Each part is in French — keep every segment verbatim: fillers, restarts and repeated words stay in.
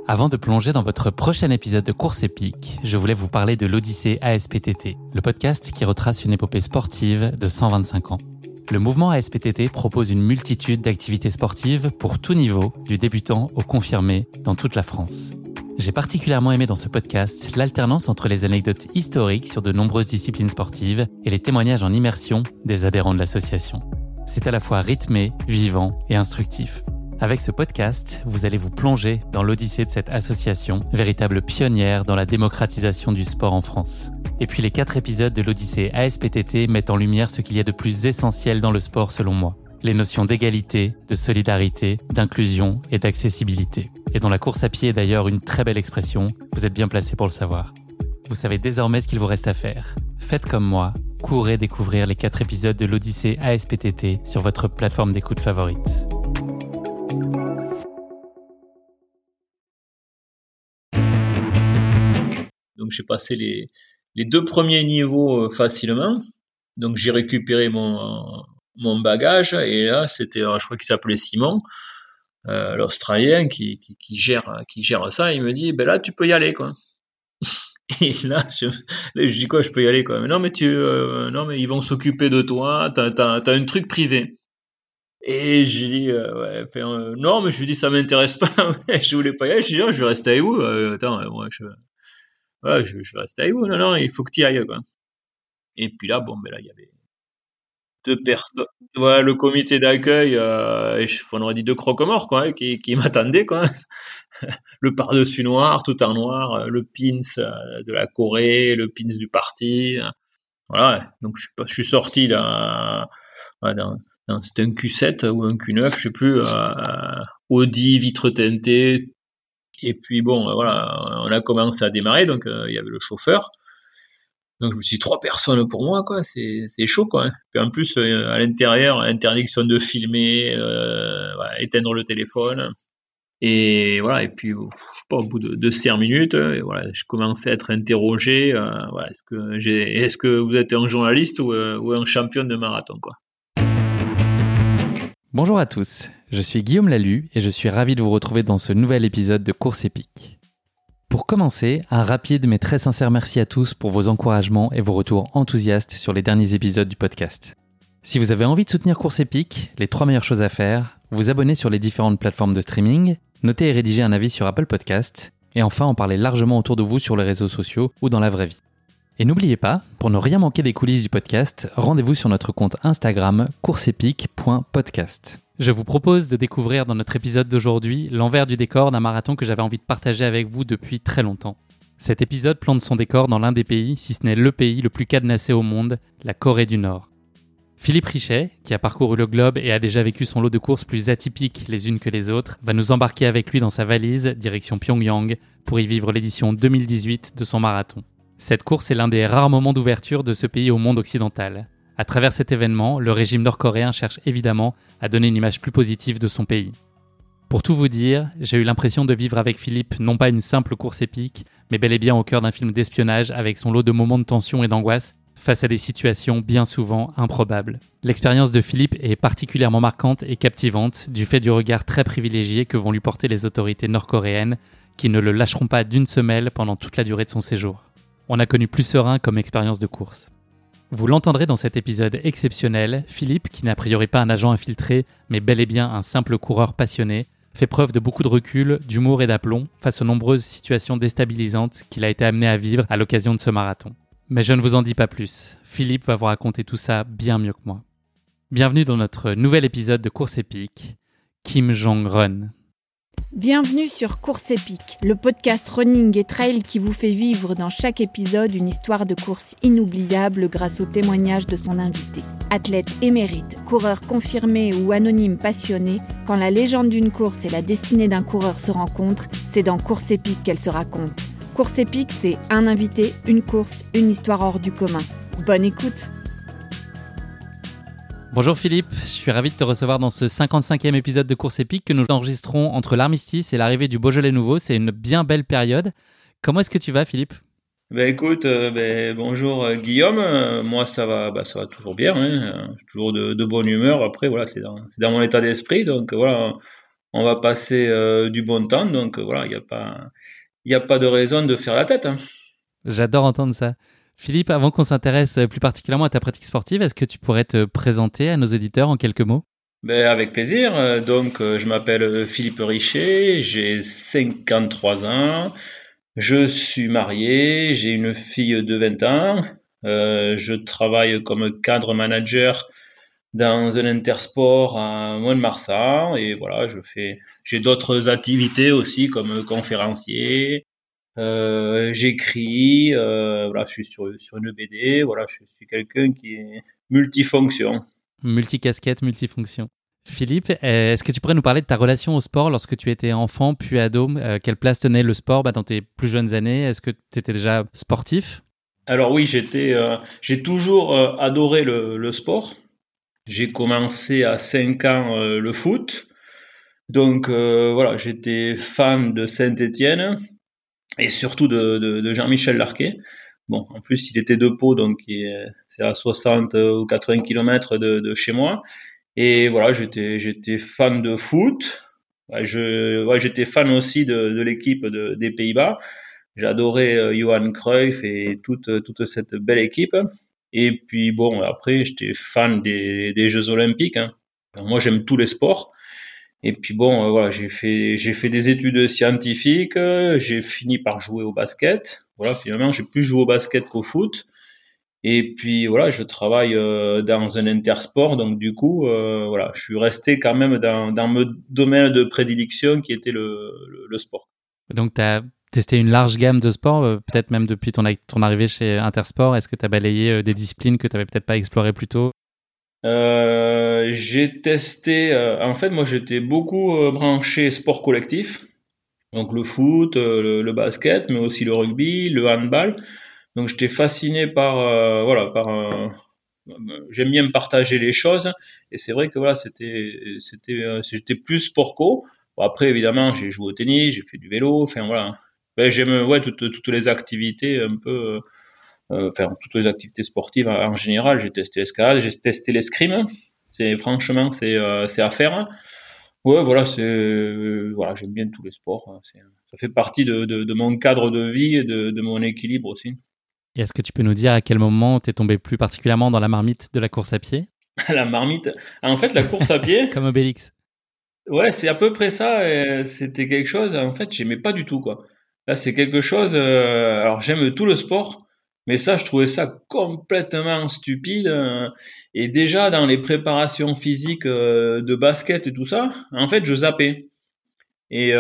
Avant de plonger dans votre prochain épisode de Course épique, je voulais vous parler de l'Odyssée A S P T T, le podcast qui retrace une épopée sportive de cent vingt-cinq ans. Le mouvement A S P T T propose une multitude d'activités sportives pour tout niveau, du débutant au confirmé, dans toute la France. J'ai particulièrement aimé dans ce podcast l'alternance entre les anecdotes historiques sur de nombreuses disciplines sportives et les témoignages en immersion des adhérents de l'association. C'est à la fois rythmé, vivant et instructif. Avec ce podcast, vous allez vous plonger dans l'odyssée de cette association, véritable pionnière dans la démocratisation du sport en France. Et puis les quatre épisodes de l'Odyssée A S P T T mettent en lumière ce qu'il y a de plus essentiel dans le sport selon moi. Les notions d'égalité, de solidarité, d'inclusion et d'accessibilité. Et dont la course à pied est d'ailleurs une très belle expression, vous êtes bien placé pour le savoir. Vous savez désormais ce qu'il vous reste à faire. Faites comme moi, courez découvrir les quatre épisodes de l'Odyssée A S P T T sur votre plateforme d'écoute favorite. Donc j'ai passé les, les deux premiers niveaux euh, facilement. Donc j'ai récupéré mon, mon bagage et là c'était, je crois qu'il s'appelait Simon, euh, l'Australien qui, qui, qui gère qui gère ça. Il me dit ben là tu peux y aller quoi. Et là je, là, je dis quoi, je peux y aller quoi. Mais non mais tu euh, non mais ils vont s'occuper de toi. T'as t'as, t'as un truc privé. Et j'ai dit euh, ouais, fait, euh, non mais je lui dis ça m'intéresse pas. Je voulais pas y aller. Je dis oh, je vais rester avec vous. Euh, attends moi je Ouais, je, je vais rester avec vous. Non, non, il faut que tu y ailles, quoi. Et puis là, bon, ben là, il y avait deux personnes. Ouais, le comité d'accueil, euh, on aurait dit deux croque-morts, quoi, hein, qui, qui m'attendaient, quoi. Le par-dessus noir, tout en noir, le pins de la Corée, le pins du parti. Voilà. Donc, je suis, pas, je suis sorti là, ouais, dans, dans, c'était un Q sept ou un Q neuf, je sais plus, euh, Audi, vitre teintée. Et puis bon, voilà, on a commencé à démarrer, donc euh, il y avait le chauffeur. Donc je me suis dit, trois personnes pour moi, quoi, c'est c'est chaud, quoi. Hein. Puis en plus, euh, à l'intérieur, interdiction de filmer, euh, voilà, éteindre le téléphone. Et voilà, et puis, je sais pas, au bout de, de cinq minutes, et voilà, je commençais à être interrogé. Euh, voilà, est-ce que j'ai, est-ce que vous êtes un journaliste ou, euh, ou un champion de marathon, quoi. Bonjour à tous, je suis Guillaume Lalu et je suis ravi de vous retrouver dans ce nouvel épisode de Course épique. Pour commencer, un rapide mais très sincère merci à tous pour vos encouragements et vos retours enthousiastes sur les derniers épisodes du podcast. Si vous avez envie de soutenir Course épique, les trois meilleures choses à faire, vous abonner sur les différentes plateformes de streaming, noter et rédiger un avis sur Apple Podcasts, et enfin en parler largement autour de vous sur les réseaux sociaux ou dans la vraie vie. Et n'oubliez pas, pour ne rien manquer des coulisses du podcast, rendez-vous sur notre compte Instagram courseepique point podcast. Je vous propose de découvrir dans notre épisode d'aujourd'hui l'envers du décor d'un marathon que j'avais envie de partager avec vous depuis très longtemps. Cet épisode plante son décor dans l'un des pays, si ce n'est le pays le plus cadenassé au monde, la Corée du Nord. Philippe Richet, qui a parcouru le globe et a déjà vécu son lot de courses plus atypiques les unes que les autres, va nous embarquer avec lui dans sa valise, direction Pyongyang, pour y vivre l'édition deux mille dix-huit de son marathon. Cette course est l'un des rares moments d'ouverture de ce pays au monde occidental. À travers cet événement, le régime nord-coréen cherche évidemment à donner une image plus positive de son pays. Pour tout vous dire, j'ai eu l'impression de vivre avec Philippe non pas une simple course épique, mais bel et bien au cœur d'un film d'espionnage avec son lot de moments de tension et d'angoisse face à des situations bien souvent improbables. L'expérience de Philippe est particulièrement marquante et captivante du fait du regard très privilégié que vont lui porter les autorités nord-coréennes qui ne le lâcheront pas d'une semelle pendant toute la durée de son séjour. On a connu plus serein comme expérience de course. Vous l'entendrez dans cet épisode exceptionnel, Philippe, qui n'a a priori pas un agent infiltré, mais bel et bien un simple coureur passionné, fait preuve de beaucoup de recul, d'humour et d'aplomb face aux nombreuses situations déstabilisantes qu'il a été amené à vivre à l'occasion de ce marathon. Mais je ne vous en dis pas plus, Philippe va vous raconter tout ça bien mieux que moi. Bienvenue dans notre nouvel épisode de Course épique, Kim Jong-un. Bienvenue sur Course épique, le podcast running et trail qui vous fait vivre dans chaque épisode une histoire de course inoubliable grâce au témoignage de son invité. Athlète émérite, coureur confirmé ou anonyme passionné, quand la légende d'une course et la destinée d'un coureur se rencontrent, c'est dans Course épique qu'elle se raconte. Course épique, c'est un invité, une course, une histoire hors du commun. Bonne écoute! Bonjour Philippe, je suis ravi de te recevoir dans ce cinquante-cinquième épisode de Course épique que nous enregistrons entre l'armistice et l'arrivée du Beaujolais nouveau. C'est une bien belle période. Comment est-ce que tu vas Philippe ? Ben écoute, euh, ben, bonjour euh, Guillaume, euh, moi ça va, ben, ça va toujours bien, hein. Je suis toujours de, de bonne humeur. Après voilà, c'est dans, c'est dans mon état d'esprit, donc voilà, on va passer euh, du bon temps. Donc voilà, il n'y a pas, il y a pas de raison de faire la tête. Hein. J'adore entendre ça. Philippe, avant qu'on s'intéresse plus particulièrement à ta pratique sportive, est-ce que tu pourrais te présenter à nos auditeurs en quelques mots ? Ben, avec plaisir. Euh, Donc, euh, je m'appelle Philippe Richet, j'ai cinquante-trois ans, je suis marié, j'ai une fille de vingt ans, euh, je travaille comme cadre manager dans un intersport à Mont-de-Marsan et voilà, je fais, j'ai d'autres activités aussi comme conférencier, euh, j'écris, euh, voilà, je suis sur, sur une B D, voilà, je suis quelqu'un qui est multifonction. Multicasquette, multifonction. Philippe, est-ce que tu pourrais nous parler de ta relation au sport lorsque tu étais enfant puis ado ? euh, Quelle place tenait le sport bah, dans tes plus jeunes années ? Est-ce que tu étais déjà sportif ? Alors oui, j'étais, euh, j'ai toujours euh, adoré le, le sport. J'ai commencé à cinq ans euh, le foot. Donc euh, voilà, j'étais fan de Saint-Étienne et surtout de, de, de Jean-Michel Larquet. Bon, en plus, il était de Pau, donc il est- c'est à soixante ou quatre-vingts kilomètres de, de chez moi. Et voilà, j'étais, j'étais fan de foot. Ouais, je, ouais, j'étais fan aussi de, de l'équipe de, des Pays-Bas. J'adorais euh, Johan Cruyff et toute, toute cette belle équipe. Et puis bon, après, j'étais fan des, des Jeux Olympiques. Hein. Alors, moi, j'aime tous les sports. Et puis bon, euh, voilà, j'ai fait, j'ai fait des études scientifiques. euh, J'ai fini par jouer au basket. Voilà, finalement, j'ai plus joué au basket qu'au foot. Et puis voilà, je travaille euh, dans un intersport, donc du coup, euh, voilà, je suis resté quand même dans, dans mon domaine de prédilection qui était le, le, le sport. Donc, tu as testé une large gamme de sports, euh, peut-être même depuis ton, ton arrivée chez Intersport. Est-ce que tu as balayé euh, des disciplines que tu n'avais peut-être pas explorées plus tôt ? Euh, j'ai testé, euh, en fait, moi j'étais beaucoup euh, branché sport collectif, donc le foot, euh, le, le basket, mais aussi le rugby, le handball. Donc j'étais fasciné par, euh, voilà, par euh, j'aime bien partager les choses et c'est vrai que voilà c'était c'était euh, j'étais plus sport co. Bon, après évidemment j'ai joué au tennis, j'ai fait du vélo, enfin voilà. Ben, j'aime ouais toutes toutes les activités un peu euh, enfin toutes les activités sportives en, en général. J'ai testé l'escalade, j'ai testé l'escrime. C'est franchement c'est euh, c'est à faire. Ouais voilà c'est euh, voilà j'aime bien tous les sports. C'est, ça fait partie de, de, de mon cadre de vie et de, de mon équilibre aussi. Et est-ce que tu peux nous dire à quel moment tu es tombé plus particulièrement dans la marmite de la course à pied ? La marmite. En fait, la course à pied, Comme Obélix. ouais, c'est à peu près ça. Et c'était quelque chose, en fait, j'aimais pas du tout, quoi. Là, c'est quelque chose. euh, alors, j'aime tout le sport, mais ça, je trouvais ça complètement stupide. euh, Et déjà, dans les préparations physiques euh, de basket et tout ça, en fait, je zappais. Et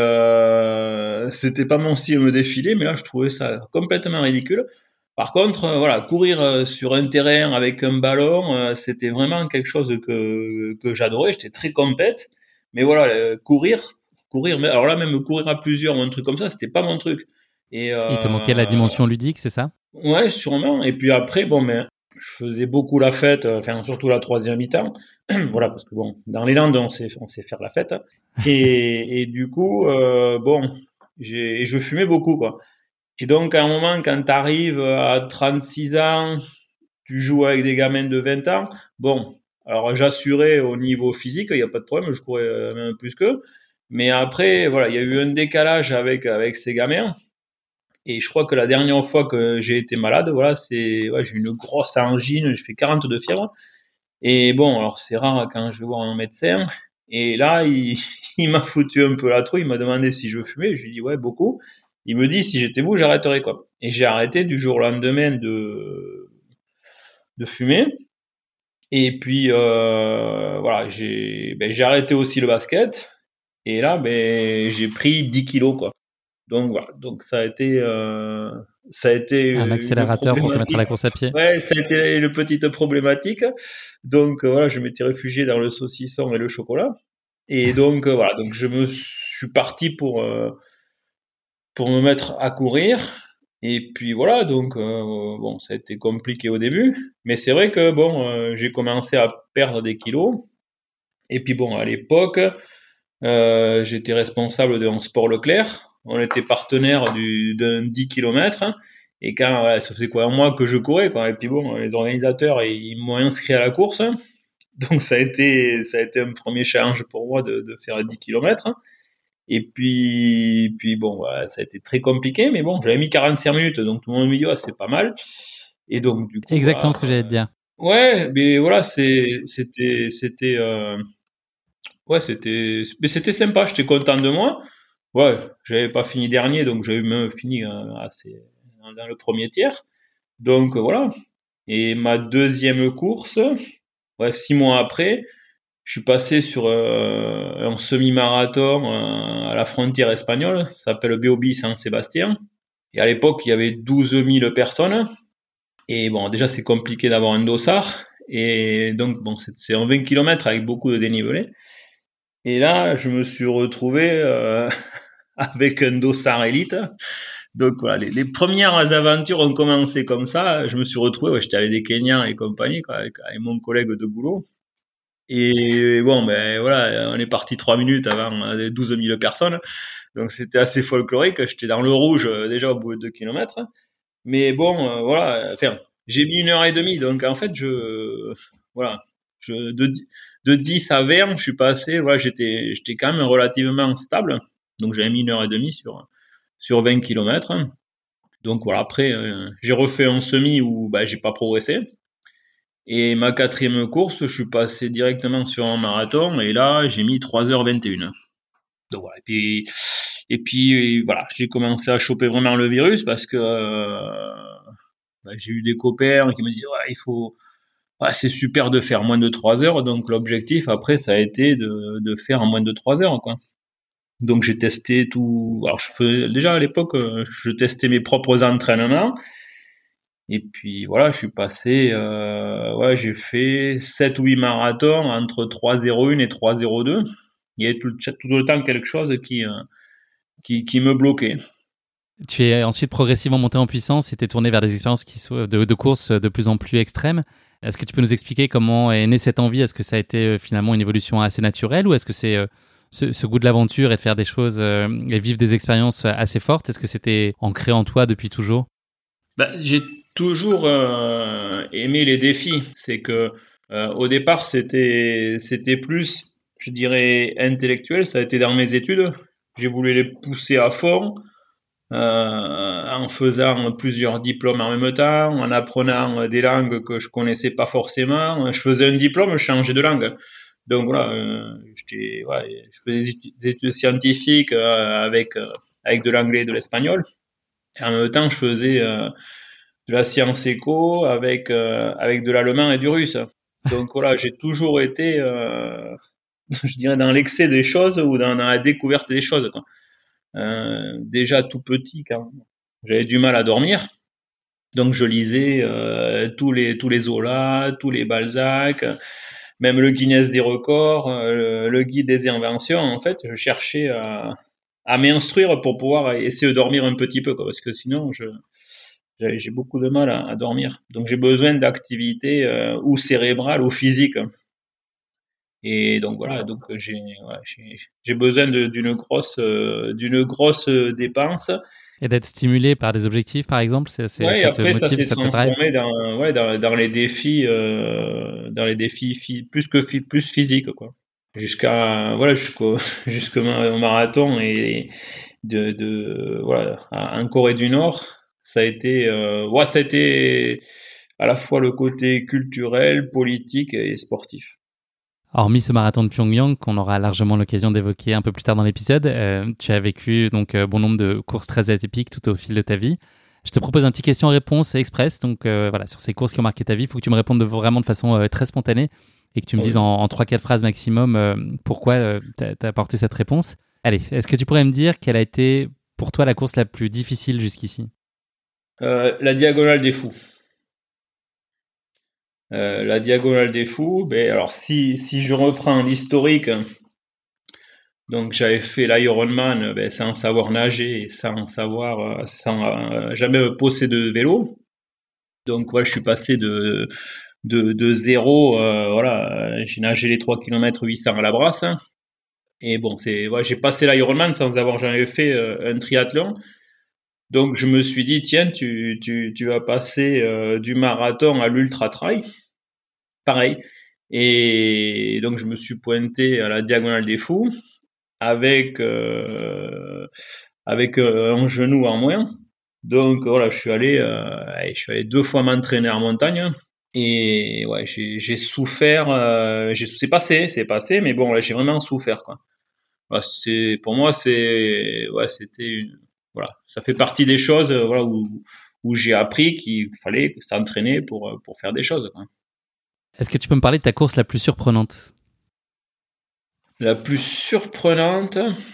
euh, c'était pas mon style de me défiler, mais là, je trouvais ça complètement ridicule. Par contre, euh, voilà, courir euh, sur un terrain avec un ballon, euh, c'était vraiment quelque chose que, que j'adorais. J'étais très compète. Mais voilà, euh, courir, courir, mais alors là, même courir à plusieurs ou un truc comme ça, c'était pas mon truc. Et Il te manquait la euh, dimension ludique, c'est ça ? ouais, sûrement. Et puis après, bon, mais je faisais beaucoup la fête, euh, enfin, surtout la troisième mi-temps. Voilà, parce que bon, dans les Landes, on sait, on sait faire la fête. Et, et du coup, euh, bon, j'ai, et je fumais beaucoup, quoi. Et donc, à un moment, quand tu arrives à trente-six ans, tu joues avec des gamins de vingt ans, bon, alors j'assurais au niveau physique, il n'y a pas de problème, je courais euh, même plus qu'eux. Mais après, voilà, il y a eu un décalage avec, avec ces gamins. Et je crois que la dernière fois que j'ai été malade, voilà, c'est, ouais, j'ai eu une grosse angine, j'ai fait quarante de fièvre. Et bon, alors c'est rare quand je vais voir un médecin. Et là, il, il m'a foutu un peu la trouille, il m'a demandé si je fumais, je lui ai dit ouais, beaucoup. Il me dit si j'étais vous, j'arrêterais quoi. Et j'ai arrêté du jour au lendemain de, de fumer. Et puis euh, voilà, j'ai ben, j'ai arrêté aussi le basket. Et là, ben j'ai pris dix kilos quoi. Donc voilà, donc ça a été euh, ça a été Un une accélérateur pour te mettre à problématique. la course à pied ? Ouais, ça a été une petite problématique. Donc euh, voilà, je m'étais réfugié dans le saucisson et le chocolat. Et donc euh, voilà, donc je me suis parti pour euh, pour me mettre à courir. Et puis voilà, donc euh, bon, ça a été compliqué au début, mais c'est vrai que bon, euh, j'ai commencé à perdre des kilos. Et puis bon, à l'époque, euh, j'étais responsable d'un sport Leclerc. On était partenaire du, d'un dix kilomètres. Et quand, ouais, ça faisait quoi, un mois que je courais, quoi. Et puis bon, les organisateurs, ils m'ont inscrit à la course. Donc ça a été, ça a été un premier challenge pour moi de, de faire dix kilomètres. Et puis, puis bon, voilà, ça a été très compliqué, mais bon, j'avais mis quarante-cinq minutes, donc tout le monde me dit, ah, c'est pas mal. Et donc, du coup. Exactement bah, ce que j'allais te dire. Ouais, mais voilà, c'est, c'était, c'était, euh, ouais, c'était, mais c'était sympa, j'étais content de moi. Ouais, j'avais pas fini dernier, donc j'avais même fini euh, assez, dans le premier tiers. Donc, euh, voilà. Et ma deuxième course, ouais, six mois après, je suis passé sur euh, un semi-marathon euh, à la frontière espagnole, ça s'appelle B O B San Sébastien. Et à l'époque, il y avait douze mille personnes. Et bon, déjà, c'est compliqué d'avoir un dossard. Et donc, bon, c'est, c'est un vingt kilomètres avec beaucoup de dénivelé. Et là, je me suis retrouvé euh, avec un dossard élite. Donc voilà, les, les premières aventures ont commencé comme ça. Je me suis retrouvé, ouais, j'étais avec des Kenyans et compagnie, quoi, avec, avec mon collègue de boulot. Et bon, ben voilà, on est parti trois minutes avant douze mille personnes. Donc c'était assez folklorique. J'étais dans le rouge euh, déjà au bout de deux kilomètres. Mais bon, euh, voilà, enfin, j'ai mis une heure et demie. Donc en fait, je, voilà, je, de, de dix à vingt, je suis passé, voilà, j'étais, j'étais quand même relativement stable. Donc j'avais mis une heure et demie sur, sur vingt kilomètres. Donc voilà, après, euh, j'ai refait un semi où bah, j'ai pas progressé. Et ma quatrième course, je suis passé directement sur un marathon et là, j'ai mis trois heures vingt et une. Donc voilà. Et puis, et puis voilà, j'ai commencé à choper vraiment le virus parce que euh, bah, j'ai eu des copains qui me disaient ouais, il faut, ouais, c'est super de faire moins de trois heures. Donc l'objectif après, ça a été de, de faire en moins de trois heures, quoi. Donc j'ai testé tout. Alors je faisais déjà à l'époque, je testais mes propres entraînements. Et puis voilà, je suis passé, euh, ouais, j'ai fait sept ou huit marathons entre trois zéro un et trois zéro deux. Il y avait tout le, tout le temps quelque chose qui, euh, qui, qui me bloquait. Tu es ensuite progressivement monté en puissance et t'es tourné vers des expériences qui sont de, de courses de plus en plus extrêmes. Est-ce que tu peux nous expliquer comment est née cette envie? Est-ce que ça a été euh, finalement une évolution assez naturelle ou est-ce que c'est euh, ce, ce goût de l'aventure et de faire des choses euh, et vivre des expériences assez fortes? Est-ce que c'était ancré en toi depuis toujours? Bah, j'ai toujours euh, aimé les défis. C'est que euh, au départ, c'était c'était plus, je dirais, intellectuel. Ça a été dans mes études. J'ai voulu les pousser à fond. Euh, en faisant plusieurs diplômes en même temps, en apprenant des langues que je connaissais pas forcément. Je faisais un diplôme, je changeais de langue. Donc voilà, euh, j'étais, ouais, je faisais des études scientifiques euh, avec euh, avec de l'anglais et de l'espagnol. Et en même temps, je faisais euh, de la science éco avec euh, avec de l'allemand et du russe. Donc voilà, j'ai toujours été, euh, je dirais, dans l'excès des choses ou dans, dans la découverte des choses, quoi. Euh, déjà tout petit, quand j'avais du mal à dormir, donc je lisais euh, tous les tous les Zola, tous les Balzac, même le Guinness des records, euh, le, le guide des inventions. En fait, je cherchais à, à m'instruire pour pouvoir essayer de dormir un petit peu, quoi, parce que sinon je j'ai, j'ai beaucoup de mal à, à dormir. Donc j'ai besoin d'activités euh, ou cérébrales ou physiques. Et donc voilà, donc j'ai ouais, j'ai, j'ai besoin de, d'une grosse euh, d'une grosse dépense. Et d'être stimulé par des objectifs, par exemple, c'est, c'est, Ouais, et ça te après ça motive, s'est ça te drive? transformé dans ouais dans, dans les défis euh, dans les défis phy- plus que phy- plus physiques, quoi. Jusqu'à voilà jusqu'au jusqu'au marathon et de de voilà en Corée du Nord, ça a été euh, ouais ça a été à la fois le côté culturel, politique et sportif. Hormis ce marathon de Pyongyang qu'on aura largement l'occasion d'évoquer un peu plus tard dans l'épisode, euh, tu as vécu donc euh, bon nombre de courses très atypiques tout au fil de ta vie. Je te propose un petit question-réponse express. Donc euh, voilà, sur ces courses qui ont marqué ta vie, il faut que tu me répondes de, vraiment de façon euh, très spontanée et que tu me Oui. dises en, en trois quatre phrases maximum euh, pourquoi euh, tu as apporté cette réponse. Allez, est-ce que tu pourrais me dire quelle a été pour toi la course la plus difficile jusqu'ici? Euh, la diagonale des fous. Euh, la diagonale des fous, ben alors si si je reprends l'historique, donc j'avais fait l'Ironman ben, sans savoir nager et sans savoir euh, sans euh, jamais posséder de vélo. Donc ouais, je suis passé de de, de zéro, euh, voilà, j'ai nagé les trois kilomètres huit cents à la brasse. Et bon, c'est ouais, j'ai passé l'Ironman sans avoir jamais fait euh, un triathlon. Donc je me suis dit tiens, tu tu tu vas passer euh, du marathon à l'ultra trail. Pareil. Et donc je me suis pointé à la Diagonale des Fous avec euh, avec euh, un genou en moins. Donc voilà, je suis allé euh, je suis allé deux fois m'entraîner en montagne. Et ouais, j'ai, j'ai souffert. Euh, j'ai, c'est passé, c'est passé, mais bon, là, j'ai vraiment souffert, quoi. Voilà, c'est, pour moi, c'est, ouais, c'était, une, voilà, ça fait partie des choses, euh, voilà, où, où j'ai appris qu'il fallait s'entraîner pour pour faire des choses, quoi. Est-ce que tu peux me parler de ta course la plus surprenante? La plus surprenante,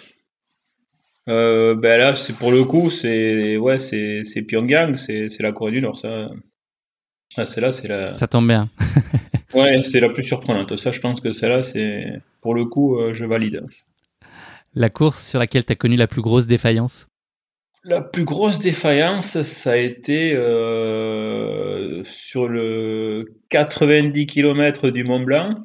euh, ben là, c'est pour le coup, c'est, ouais, c'est, c'est Pyongyang, c'est, c'est la Corée du Nord, ça. Ah, celle-là, c'est la. Ça tombe bien. Ouais, c'est la plus surprenante. Ça, je pense que celle-là, c'est, pour le coup, euh, je valide. La course sur laquelle tu as connu la plus grosse défaillance? La plus grosse défaillance, ça a été euh, sur le quatre-vingt-dix kilomètres du Mont Blanc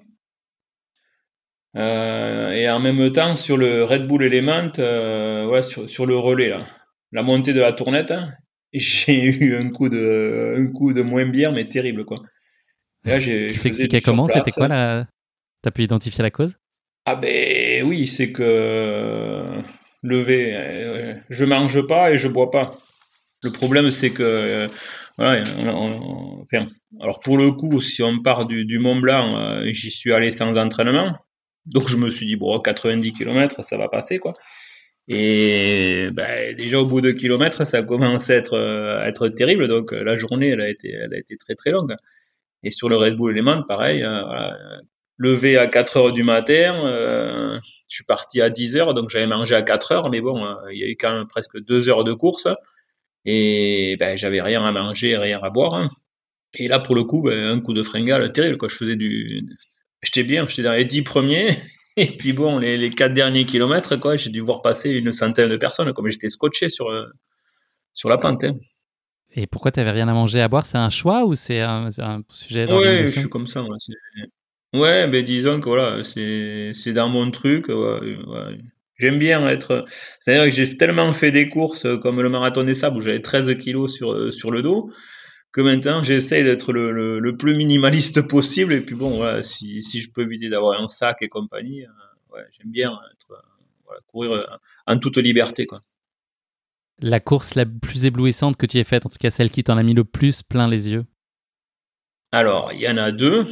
euh, et en même temps sur le Red Bull Element, euh, ouais, sur, sur le relais, là. La montée de la Tournette, hein, j'ai eu un coup de, un coup de moins bien, mais terrible, quoi. Et là, j'ai, Qui je faisais du s'expliquait comment? surplace. C'était quoi la... T'as pu identifier la cause? Ah ben oui, c'est que euh, lever, euh, je mange pas et je bois pas. Le problème, c'est que, euh, voilà, on, on, enfin, alors pour le coup, si on part du, du Mont Blanc, euh, j'y suis allé sans entraînement. Donc je me suis dit, bon, quatre-vingt-dix kilomètres, ça va passer, quoi. Et ben, déjà au bout de kilomètres, ça commence à être, euh, à être terrible. Donc la journée, elle a été, elle a été très très longue. Et sur le Red Bull Element, pareil, euh, voilà, levé à quatre heures du matin, euh, je suis parti à dix heures, donc j'avais mangé à quatre heures, mais bon, euh, il y a eu quand même presque deux heures de course. Et ben, j'avais rien à manger, rien à boire, hein. Et là, pour le coup, ben, un coup de fringale terrible, quoi. Je faisais du, j'étais bien, j'étais dans les dix premiers. Et puis bon, les, les quatre derniers kilomètres, quoi, j'ai dû voir passer une centaine de personnes, comme j'étais scotché sur, sur la pente, hein. Et pourquoi t'avais rien à manger, à boire? C'est un choix ou c'est un, c'est un sujet Ouais, je d'organisation? suis comme ça, moi. C'est... Ouais, ben disons que voilà, c'est, c'est dans mon truc. Ouais, ouais. J'aime bien être. C'est-à-dire que j'ai tellement fait des courses comme le marathon des sables où j'avais treize kilos sur, sur le dos, que maintenant j'essaye d'être le, le, le plus minimaliste possible. Et puis bon, voilà, si, si je peux éviter d'avoir un sac et compagnie, euh, ouais, j'aime bien être, euh, voilà, courir euh, en toute liberté, quoi. La course la plus éblouissante que tu aies faite, en tout cas celle qui t'en a mis le plus plein les yeux? Alors, il y en a deux.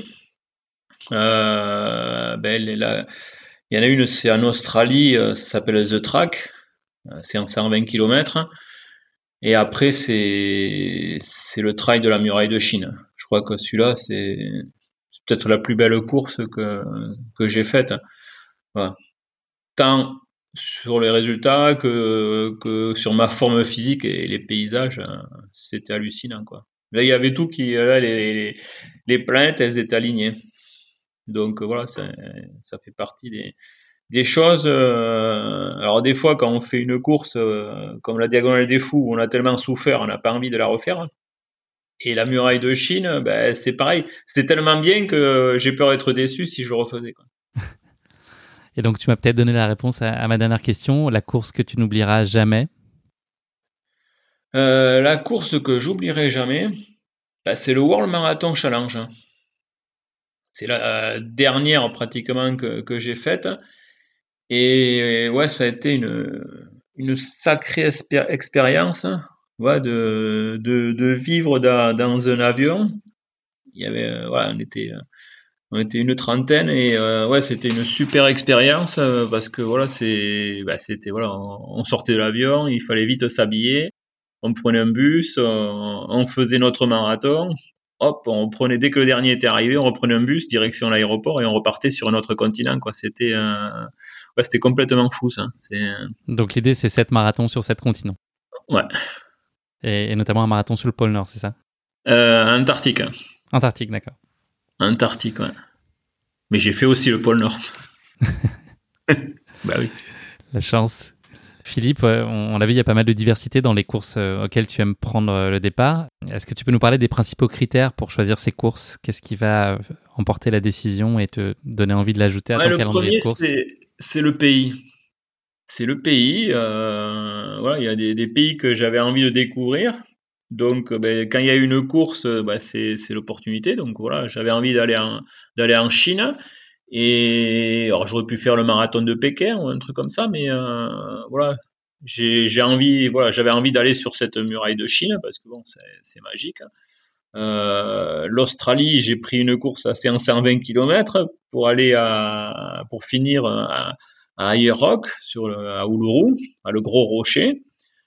Euh, ben, la, il y en a une, c'est en Australie, euh, ça s'appelle The Track, euh, c'est en cent vingt kilomètres. Et après, c'est, c'est le trail de la muraille de Chine. Je crois que celui-là, c'est, c'est peut-être la plus belle course que, que j'ai faite. Voilà. Tant sur les résultats que, que sur ma forme physique et les paysages, c'était hallucinant, quoi. Là, il y avait tout qui, là, les, les, les planètes, elles étaient alignées. Donc voilà, ça, ça fait partie des, des choses. Euh, alors des fois, quand on fait une course euh, comme la Diagonale des Fous, où on a tellement souffert, on n'a pas envie de la refaire. Et la muraille de Chine, ben, c'est pareil. C'était tellement bien que j'ai peur d'être déçu si je le refaisais, quoi. Et donc tu m'as peut-être donné la réponse à, à ma dernière question, la course que tu n'oublieras jamais. Euh, la course que j'oublierai jamais, ben, c'est le World Marathon Challenge. C'est la dernière pratiquement que, que j'ai faite. Et ouais, ça a été une, une sacrée expé- expérience, ouais, de, de, de vivre dans, dans un avion. Il y avait, euh, voilà, on était, euh, on était une trentaine et euh, ouais, c'était une super expérience euh, parce que voilà, c'est, bah, c'était voilà, on, on sortait de l'avion, il fallait vite s'habiller, on prenait un bus, on, on faisait notre marathon. Hop, on prenait dès que le dernier était arrivé, on reprenait un bus direction l'aéroport et on repartait sur un autre continent, quoi. C'était euh, ouais, c'était complètement fou, ça. C'est... Donc l'idée, c'est sept marathons sur sept continents. Ouais. Et, et notamment un marathon sur le pôle Nord, c'est ça? Euh, Antarctique. Antarctique, d'accord. Antarctique, ouais. Mais j'ai fait aussi le pôle Nord. Bah oui. La chance. Philippe, on, on l'a vu, il y a pas mal de diversité dans les courses euh, auxquelles tu aimes prendre euh, le départ. Est-ce que tu peux nous parler des principaux critères pour choisir ces courses? Qu'est-ce qui va euh, emporter la décision et te donner envie de l'ajouter à Ouais, ton le calendrier premier, de course? c'est, c'est le pays. C'est le pays. Euh, voilà, il y a des, des pays que j'avais envie de découvrir. Donc, ben, quand il y a une course, ben, c'est, c'est l'opportunité. Donc voilà, j'avais envie d'aller en, d'aller en Chine. Et alors, j'aurais pu faire le marathon de Pékin ou un truc comme ça, mais euh, voilà, j'ai, j'ai envie, voilà, j'avais envie d'aller sur cette muraille de Chine parce que bon, c'est, c'est magique. Euh, L'Australie, j'ai pris une course à cent vingt kilomètres pour aller à, pour finir à, à High Rock, sur le, à Uluru, à le Gros Rocher.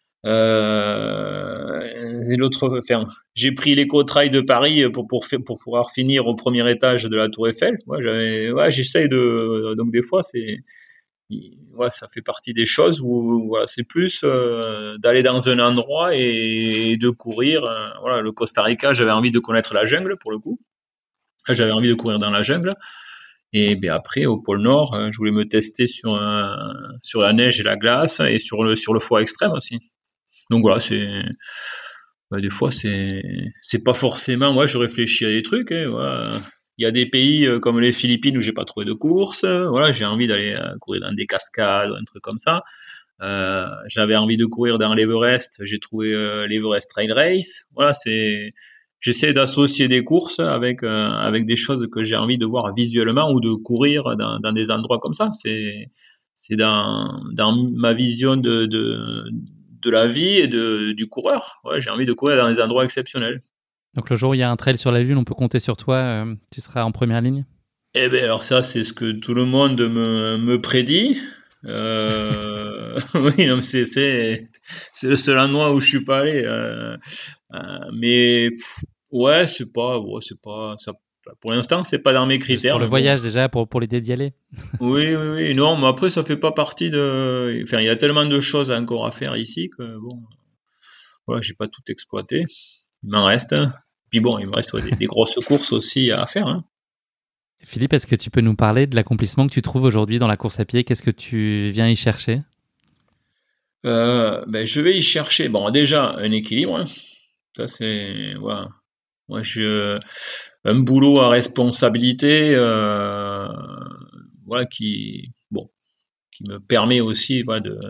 Euh, et l'autre, enfin, j'ai pris l'éco-trail de Paris pour, pour, pour pouvoir finir au premier étage de la Tour Eiffel. Ouais, j'avais, ouais, j'essaye de, donc des fois, c'est, ouais, ça fait partie des choses où, voilà, c'est plus euh, d'aller dans un endroit et, et de courir. Euh, voilà, le Costa Rica, j'avais envie de connaître la jungle pour le coup. J'avais envie de courir dans la jungle. Et ben après, au pôle Nord, je voulais me tester sur, un, sur la neige et la glace et sur le, sur le froid extrême aussi. Donc voilà, c'est bah, des fois c'est c'est pas forcément. Moi, je réfléchis à des trucs. Hein, voilà. Il y a des pays euh, comme les Philippines où j'ai pas trouvé de course. Voilà, j'ai envie d'aller euh, courir dans des cascades ou un truc comme ça. Euh, j'avais envie de courir dans l'Everest. J'ai trouvé euh, l'Everest Trail Race. Voilà, c'est j'essaie d'associer des courses avec euh, avec des choses que j'ai envie de voir visuellement ou de courir dans, dans des endroits comme ça. C'est c'est dans dans ma vision de, de de la vie et de, du coureur. Ouais, j'ai envie de courir dans des endroits exceptionnels. Donc le jour où il y a un trail sur la Lune, on peut compter sur toi, euh, tu seras en première ligne? Eh bien, alors ça, c'est ce que tout le monde me, me prédit. Euh, oui, non, mais c'est, c'est, c'est le seul endroit où je suis pas allé. Euh, euh, mais pff, ouais, c'est pas, ouais, c'est pas, ça, pour l'instant, c'est pas dans mes critères. Juste pour le voyage bon. Déjà, pour, pour l'idée d'y aller. Oui, oui, oui. Non, mais après, ça fait pas partie de. Enfin, il y a tellement de choses encore à faire ici que bon, voilà, j'ai pas tout exploité. Il m'en reste. Puis bon, il me reste ouais, des, des grosses courses aussi à faire. Hein. Philippe, est-ce que tu peux nous parler de l'accomplissement que tu trouves aujourd'hui dans la course à pied? Qu'est-ce que tu viens y chercher? euh, ben, Je vais y chercher, bon, déjà, un équilibre. Hein. Ça, c'est. Voilà. Moi, je. Un boulot à responsabilité euh, voilà, qui, bon, qui me permet aussi voilà, de,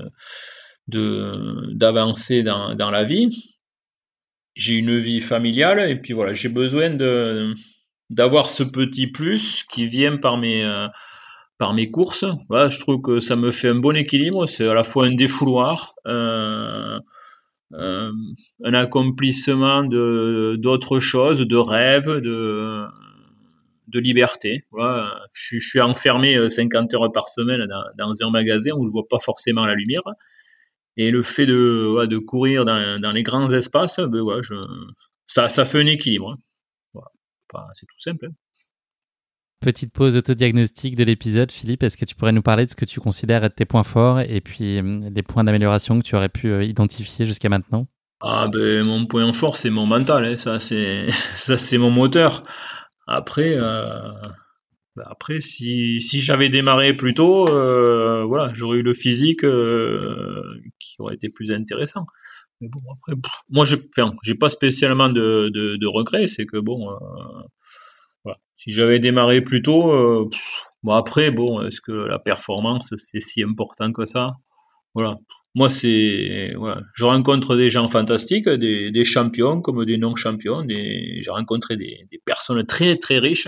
de, d'avancer dans, dans la vie. J'ai une vie familiale et puis voilà, j'ai besoin de, d'avoir ce petit plus qui vient par mes, euh, par mes courses. Voilà, je trouve que ça me fait un bon équilibre. C'est à la fois un défouloir, euh, euh, un accomplissement de, d'autres choses, de rêves, de, de liberté. Voilà, je, je suis enfermé cinquante heures par semaine dans, dans un magasin où je vois pas forcément la lumière. Et le fait de, ouais, de courir dans, dans les grands espaces, ben ouais, je, ça, ça fait un équilibre. Hein. Voilà. Enfin, c'est tout simple. Hein. Petite pause autodiagnostic de l'épisode, Philippe. Est-ce que tu pourrais nous parler de ce que tu considères être tes points forts et puis les points d'amélioration que tu aurais pu identifier jusqu'à maintenant? Ah ben mon point fort, c'est mon mental. Hein. Ça, c'est ça, c'est mon moteur. Après, euh, après, si, si j'avais démarré plus tôt, euh, voilà, j'aurais eu le physique euh, qui aurait été plus intéressant. Mais bon, après, pff, moi, je, enfin, j'ai pas spécialement de, de, de regrets. C'est que bon, euh, voilà, si j'avais démarré plus tôt, euh, pff, bon après, bon, est-ce que la performance c'est si important que ça? Voilà. Moi, c'est, voilà, je rencontre des gens fantastiques, des, des champions comme des non-champions. Des, j'ai rencontré des, des personnes très très riches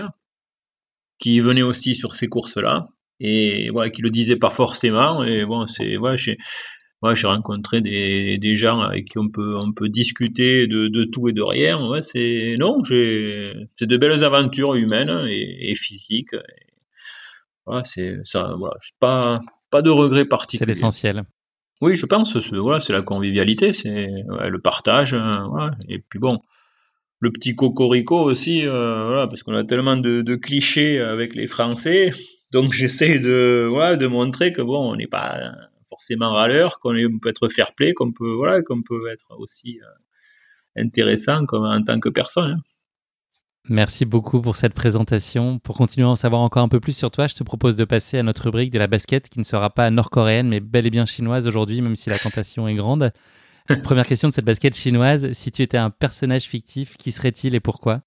qui venaient aussi sur ces courses-là et voilà, qui le disaient pas forcément. Et bon, c'est, voilà, j'ai, voilà, j'ai rencontré des, des gens avec qui on peut, on peut discuter de, de tout et de rien. Ouais, c'est, non, j'ai, c'est de belles aventures humaines et, et physiques. Et, voilà, c'est ça, voilà, c'est pas, pas de regrets particuliers. C'est l'essentiel. Oui, je pense, c'est, voilà, c'est la convivialité, c'est ouais, le partage, euh, ouais, et puis bon. Le petit cocorico aussi, euh, voilà, parce qu'on a tellement de, de clichés avec les Français, donc j'essaie de, voilà, de montrer que bon, on n'est pas forcément râleur, qu'on est, on peut être fair-play, qu'on peut, voilà, qu'on peut être aussi euh, intéressant comme en tant que personne. Hein. Merci beaucoup pour cette présentation. Pour continuer à en savoir encore un peu plus sur toi, je te propose de passer à notre rubrique de la basket, qui ne sera pas nord-coréenne, mais bel et bien chinoise aujourd'hui, même si la tentation est grande. Première question de cette basket chinoise, si tu étais un personnage fictif, qui serait-il et pourquoi?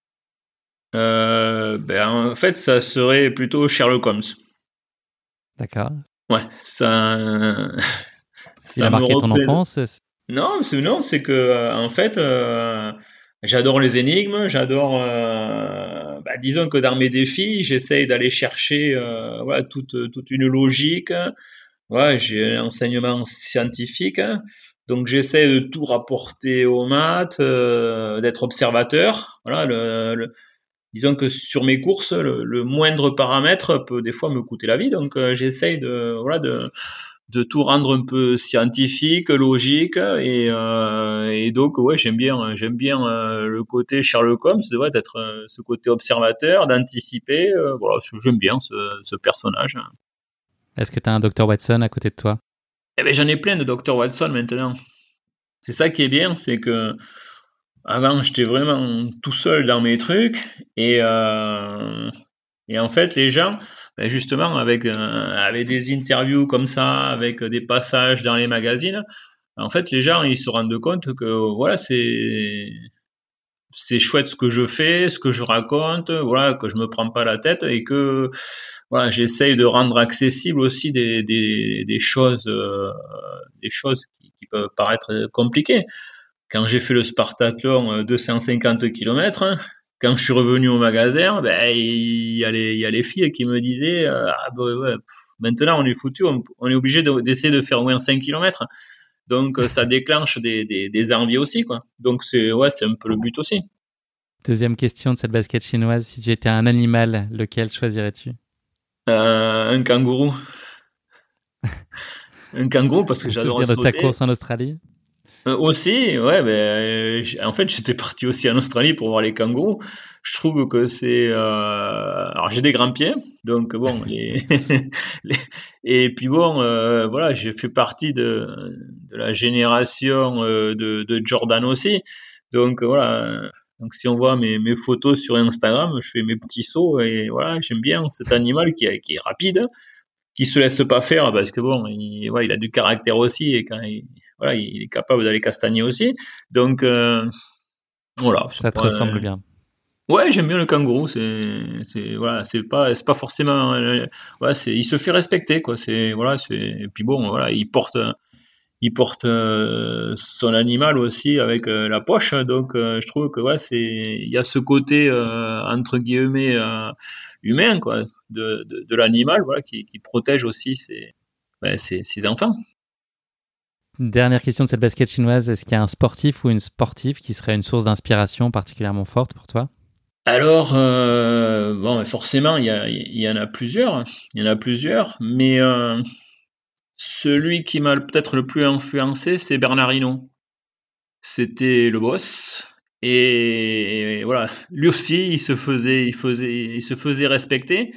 euh, ben, En fait, ça serait plutôt Sherlock Holmes. D'accord. Ouais, ça... ça Il a marqué représente... ton enfance? Non, c'est, non, c'est que euh, en fait, euh, j'adore les énigmes, j'adore. Euh, bah, disons que dans mes défis, j'essaye d'aller chercher euh, voilà, toute, toute une logique. Ouais, j'ai un enseignement scientifique, donc j'essaie de tout rapporter aux maths, euh, d'être observateur. Voilà, le, le- disons que sur mes courses, le, le moindre paramètre peut des fois me coûter la vie, donc euh, j'essaye de voilà de de tout rendre un peu scientifique, logique, et, euh, et donc ouais, j'aime bien j'aime bien euh, le côté Sherlock Holmes, c'est vrai, d'être euh, ce côté observateur, d'anticiper. Euh, voilà, j'aime bien ce, ce personnage. Est-ce que tu as un docteur Watson à côté de toi? Eh ben, j'en ai plein de docteur Watson maintenant. C'est ça qui est bien, c'est que avant j'étais vraiment tout seul dans mes trucs et euh, et en fait les gens, ben justement avec euh, avec des interviews comme ça, avec des passages dans les magazines, en fait les gens ils se rendent compte que voilà c'est c'est chouette ce que je fais, ce que je raconte, voilà que je me prends pas la tête et que voilà j'essaye de rendre accessible aussi des des, des choses euh, des choses qui, qui peuvent paraître compliquées. Quand j'ai fait le Spartathlon euh, deux cent cinquante kilomètres, hein, quand je suis revenu au magasin, ben, il y a les, il y a les filles qui me disaient, euh, ah, ben, ouais, pff, maintenant on est foutu, on, on est obligé de, d'essayer de faire au moins cinq kilomètres. Donc, euh, ça déclenche des, des, des envies aussi, quoi. Donc, c'est, ouais, c'est un peu le but aussi. Deuxième question de cette basket chinoise, si tu étais un animal, lequel choisirais-tu? Euh, un kangourou. Un kangourou parce que Pour j'adore souvenir de ta sauter. course en Australie? Euh, aussi, ouais, ben, euh, j- en fait, j'étais parti aussi en Australie pour voir les kangourous. Je trouve que c'est, euh, alors j'ai des grands pieds, donc bon, les, les- et puis bon, euh, voilà, j'ai fait partie de, de la génération euh, de, de Jordan aussi, donc voilà. Donc si on voit mes, mes photos sur Instagram, je fais mes petits sauts et voilà, j'aime bien cet animal qui, est- qui est rapide, qui se laisse pas faire parce que bon, il, ouais, il a du caractère aussi et quand il, voilà, il est capable d'aller castagner aussi. Donc euh, voilà. Ça te Ouais, ressemble bien. ouais, j'aime bien le kangourou. C'est, c'est voilà, c'est pas, c'est pas forcément, euh, ouais, c'est, il se fait respecter quoi. C'est voilà, c'est, et puis bon, voilà, il porte, il porte euh, son animal aussi avec euh, la poche. Donc euh, je trouve que ouais, c'est, il y a ce côté euh, entre guillemets euh, humain quoi, de, de, de l'animal, voilà, qui, qui protège aussi ses, ben, ses, ses enfants. Dernière question de cette basket chinoise, est-ce qu'il y a un sportif ou une sportive qui serait une source d'inspiration particulièrement forte pour toi? Alors, euh, bon, forcément, il y, a, il y en a plusieurs, il y en a plusieurs, mais euh, celui qui m'a peut-être le plus influencé, c'est Bernard Hinault. C'était le boss. Et, et voilà, lui aussi, il se faisait, il faisait, il se faisait respecter.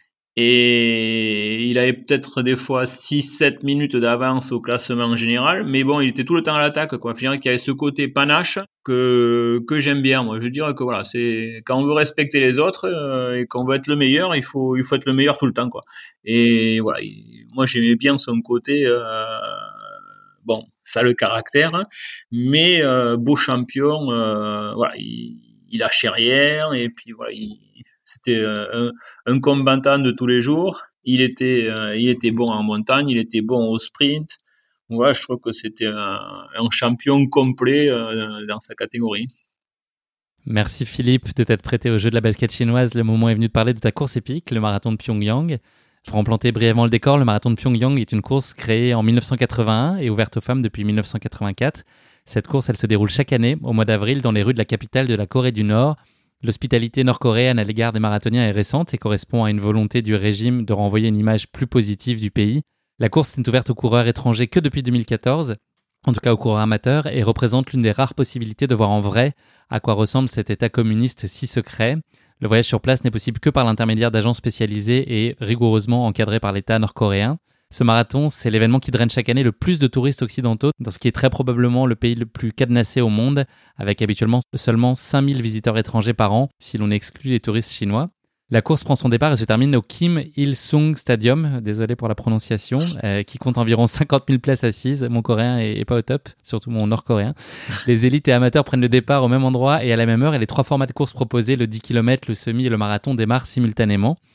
Et il avait peut-être des fois six sept minutes d'avance au classement général, mais bon, il était tout le temps à l'attaque, quoi. Je dirais qu'il y avait ce côté panache que, que j'aime bien, moi. Je dirais que voilà, c'est, quand on veut respecter les autres, euh, et qu'on veut être le meilleur, il faut, il faut être le meilleur tout le temps, quoi. Et voilà, il, moi, j'aimais bien son côté, euh, bon, ça le caractère, hein, mais euh, beau champion, euh, voilà, il, il lâchait rien, et puis voilà, il, c'était euh, un, un combattant de tous les jours. Il était, euh, il était bon en montagne, il était bon au sprint. Voilà, je trouve que c'était un, un champion complet euh, dans sa catégorie. Merci Philippe de t'être prêté au jeu de la basket chinoise. Le moment est venu de parler de ta course épique, le marathon de Pyongyang. Pour en planter brièvement le décor, le marathon de Pyongyang est une course créée en dix-neuf cent quatre-vingt-un et ouverte aux femmes depuis dix-neuf cent quatre-vingt-quatre. Cette course, elle se déroule chaque année au mois d'avril dans les rues de la capitale de la Corée du Nord. L'hospitalité nord-coréenne à l'égard des marathoniens est récente et correspond à une volonté du régime de renvoyer une image plus positive du pays. La course n'est ouverte aux coureurs étrangers que depuis deux mille quatorze, en tout cas aux coureurs amateurs, et représente l'une des rares possibilités de voir en vrai à quoi ressemble cet État communiste si secret. Le voyage sur place n'est possible que par l'intermédiaire d'agents spécialisés et rigoureusement encadrés par l'État nord-coréen. Ce marathon, c'est l'événement qui draine chaque année le plus de touristes occidentaux dans ce qui est très probablement le pays le plus cadenassé au monde, avec habituellement seulement cinq mille visiteurs étrangers par an, si l'on exclut les touristes chinois. La course prend son départ et se termine au Kim Il-sung Stadium, désolé pour la prononciation, euh, qui compte environ cinquante mille places assises. Mon coréen est, est pas au top, surtout mon nord-coréen. Les élites et amateurs prennent le départ au même endroit et à la même heure, et les trois formats de course proposés, le dix kilomètres, le semi et le marathon, démarrent simultanément.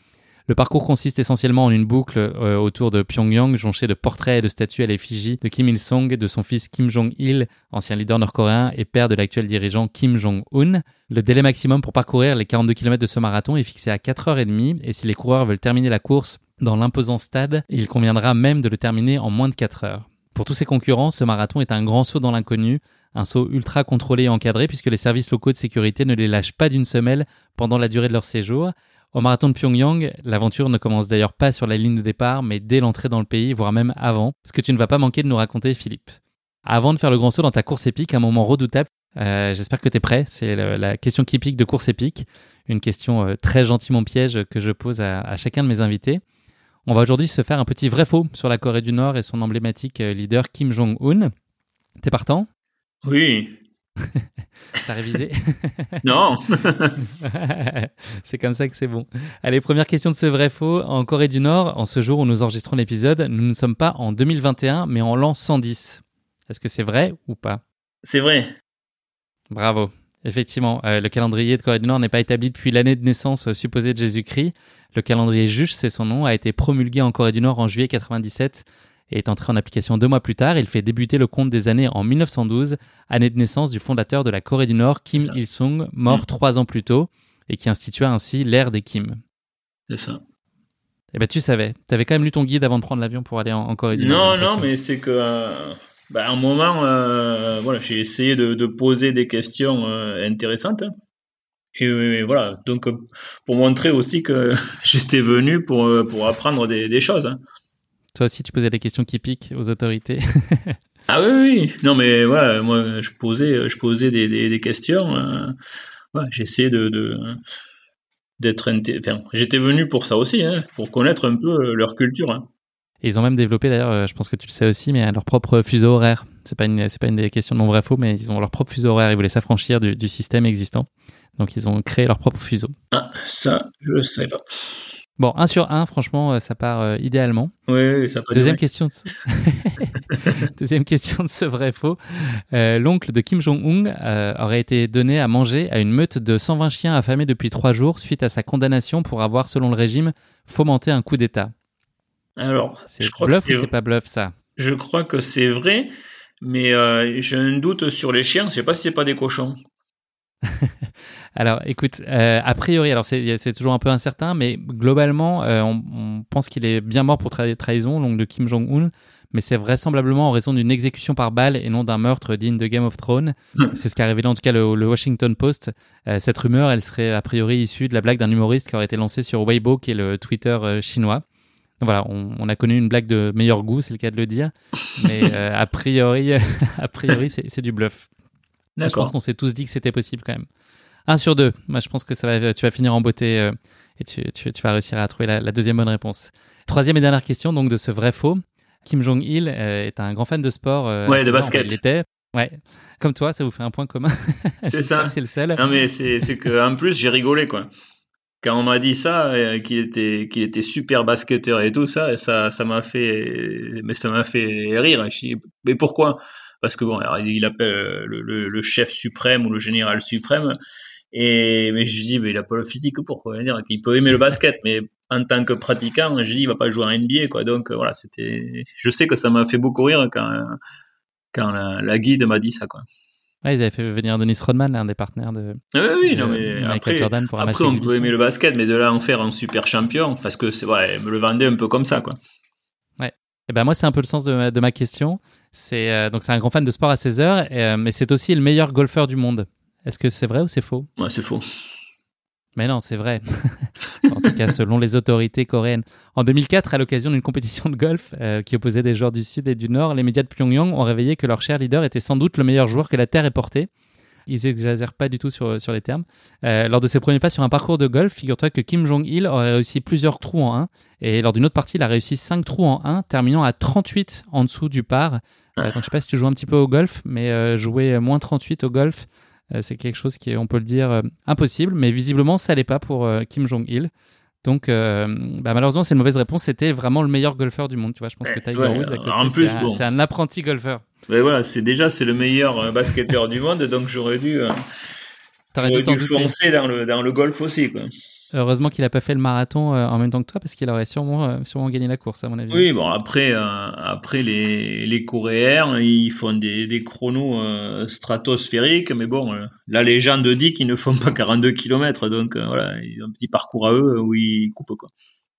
Le parcours consiste essentiellement en une boucle euh, autour de Pyongyang, jonchée de portraits et de statues à l'effigie de Kim Il-sung, de son fils Kim Jong-il, ancien leader nord-coréen et père de l'actuel dirigeant Kim Jong-un. Le délai maximum pour parcourir les quarante-deux kilomètres de ce marathon est fixé à quatre heures trente, et si les coureurs veulent terminer la course dans l'imposant stade, il conviendra même de le terminer en moins de quatre heures. Pour tous ses concurrents, ce marathon est un grand saut dans l'inconnu, un saut ultra contrôlé et encadré puisque les services locaux de sécurité ne les lâchent pas d'une semelle pendant la durée de leur séjour. Au marathon de Pyongyang, l'aventure ne commence d'ailleurs pas sur la ligne de départ, mais dès l'entrée dans le pays, voire même avant, ce que tu ne vas pas manquer de nous raconter, Philippe. Avant de faire le grand saut dans ta course épique, un moment redoutable, euh, j'espère que tu es prêt, c'est le, la question épique de course épique, une question euh, très gentiment piège que je pose à, à chacun de mes invités. On va aujourd'hui se faire un petit vrai-faux sur la Corée du Nord et son emblématique leader Kim Jong-un. T'es partant ? Oui. T'as révisé ? Non. C'est comme ça que c'est bon. Allez, première question de ce vrai-faux. En Corée du Nord, en ce jour où nous enregistrons l'épisode, nous ne sommes pas en deux mille vingt et un, mais en l'an cent dix. Est-ce que c'est vrai ou pas ? C'est vrai. Bravo. Effectivement, euh, le calendrier de Corée du Nord n'est pas établi depuis l'année de naissance euh, supposée de Jésus-Christ. Le calendrier Juche, c'est son nom, a été promulgué en Corée du Nord en juillet quatre-vingt-dix-sept et est entré en application deux mois plus tard. Il fait débuter le compte des années en mille neuf cent douze, année de naissance du fondateur de la Corée du Nord, Kim Il-sung, mort mmh. trois ans plus tôt, et qui institua ainsi l'ère des Kim. C'est ça. Eh ben, tu savais. Tu avais quand même lu ton guide avant de prendre l'avion pour aller en, en Corée du Nord. Non, non, mais c'est que... Euh... Bah, à un moment, euh, voilà, j'ai essayé de, de poser des questions euh, intéressantes. Et, et voilà, donc pour montrer aussi que j'étais venu pour, pour apprendre des, des choses. Hein. Toi aussi, tu posais des questions qui piquent aux autorités. Ah oui, oui. Non, mais voilà, moi, je posais, je posais des, des, des questions. Euh, ouais, j'essayais de, de, d'être... Inté... Enfin, j'étais venu pour ça aussi, hein, pour connaître un peu leur culture. Hein. Et ils ont même développé, d'ailleurs, je pense que tu le sais aussi, mais leur propre fuseau horaire. C'est pas une, c'est pas une des questions de mon vrai-faux, mais ils ont leur propre fuseau horaire. Ils voulaient s'affranchir du, du système existant. Donc, ils ont créé leur propre fuseau. Ah, ça, je ne savais pas. Bon, un sur un, franchement, ça part euh, idéalement. Oui, ça part. Deuxième question, de ce... Deuxième question de ce vrai-faux. Euh, l'oncle de Kim Jong-un euh, aurait été donné à manger à une meute de cent vingt chiens affamés depuis trois jours suite à sa condamnation pour avoir, selon le régime, fomenté un coup d'État. Alors, c'est je crois bluff que c'est... ou c'est pas bluff, ça ? Je crois que c'est vrai, mais euh, j'ai un doute sur les chiens. Je ne sais pas si c'est pas des cochons. Alors, écoute, euh, a priori, alors c'est, c'est toujours un peu incertain, mais globalement, euh, on, on pense qu'il est bien mort pour tra- trahison, donc de Kim Jong-un, mais c'est vraisemblablement en raison d'une exécution par balle et non d'un meurtre digne de Game of Thrones. C'est ce qu'a révélé en tout cas le, le Washington Post. Euh, cette rumeur, elle serait a priori issue de la blague d'un humoriste qui aurait été lancé sur Weibo, qui est le Twitter euh, chinois. Voilà, on, on a connu une blague de meilleur goût, c'est le cas de le dire, mais euh, a priori, a priori c'est, c'est du bluff. D'accord. Je pense qu'on s'est tous dit que c'était possible quand même. Un sur deux. Moi, je pense que ça va, tu vas finir en beauté euh, et tu, tu, tu vas réussir à trouver la, la deuxième bonne réponse. Troisième et dernière question, donc de ce vrai-faux. Kim Jong-il euh, est un grand fan de sport. Euh, ouais, de basket. Il l'était. Ouais. Comme toi, ça vous fait un point commun. C'est ça. C'est le seul. Non, mais c'est, c'est qu'en plus, j'ai rigolé, quoi. Quand on m'a dit ça, euh, qu'il était, qu'il était super basketteur et tout ça, ça, ça m'a fait, mais ça m'a fait rire. Je dis, mais pourquoi ? Parce que bon, alors, il appelle le, le, le chef suprême ou le général suprême. Et, mais je dis, mais il a pas le physique pour quoi dire. Il peut aimer le basket, mais en tant que pratiquant, je dis, il va pas jouer en N B A, quoi. Donc, voilà, c'était, je sais que ça m'a fait beaucoup rire quand, quand la, la guide m'a dit ça, quoi. Ouais, ils avaient fait venir Dennis Rodman, l'un des partenaires de, oui, oui, de non, mais Michael après, Jordan pour un match après on d'exhibition. peut aimer le basket, mais de là en faire un super champion, parce que c'est vrai, me le vendait un peu comme ça, quoi. Ouais. Et ben moi, c'est un peu le sens de ma, de ma question. C'est euh, donc c'est un grand fan de sport à seize heures, et, euh, mais c'est aussi le meilleur golfeur du monde. Est-ce que c'est vrai ou c'est faux ? Ouais, c'est faux. Mais non, c'est vrai. En tout cas, selon les autorités coréennes. En deux mille quatre, à l'occasion d'une compétition de golf euh, qui opposait des joueurs du Sud et du Nord, les médias de Pyongyang ont révélé que leur cher leader était sans doute le meilleur joueur que la Terre ait porté. Ils n'exagèrent pas du tout sur, sur les termes. Euh, lors de ses premiers pas sur un parcours de golf, figure-toi que Kim Jong-il aurait réussi plusieurs trous en un. Et lors d'une autre partie, il a réussi cinq trous en un, terminant à trente-huit en dessous du par. Euh, donc, je ne sais pas si tu joues un petit peu au golf, mais euh, jouer moins trente-huit au golf, euh, c'est quelque chose qui est, on peut le dire, euh, impossible. Mais visiblement, ça n'allait pas pour euh, Kim Jong-il. Donc, euh, bah, malheureusement, c'est une mauvaise réponse. C'était vraiment le meilleur golfeur du monde. Tu vois, je pense que Tiger ouais, Woods, à côté, en plus, c'est, un, bon. c'est un apprenti golfeur. Mais voilà, c'est déjà c'est le meilleur basketteur du monde, donc j'aurais dû, euh, j'aurais dû foncer dans le dans le golf aussi, quoi. heureusement qu'il n'a pas fait le marathon euh, en même temps que toi, parce qu'il aurait sûrement, euh, sûrement gagné la course, à mon avis. Oui, bon, après, euh, après les, les Coréens, ils font des, des chronos euh, stratosphériques, mais bon, euh, la légende dit qu'ils ne font pas quarante-deux kilomètres, donc euh, voilà, ils ont un petit parcours à eux où ils coupent, quoi.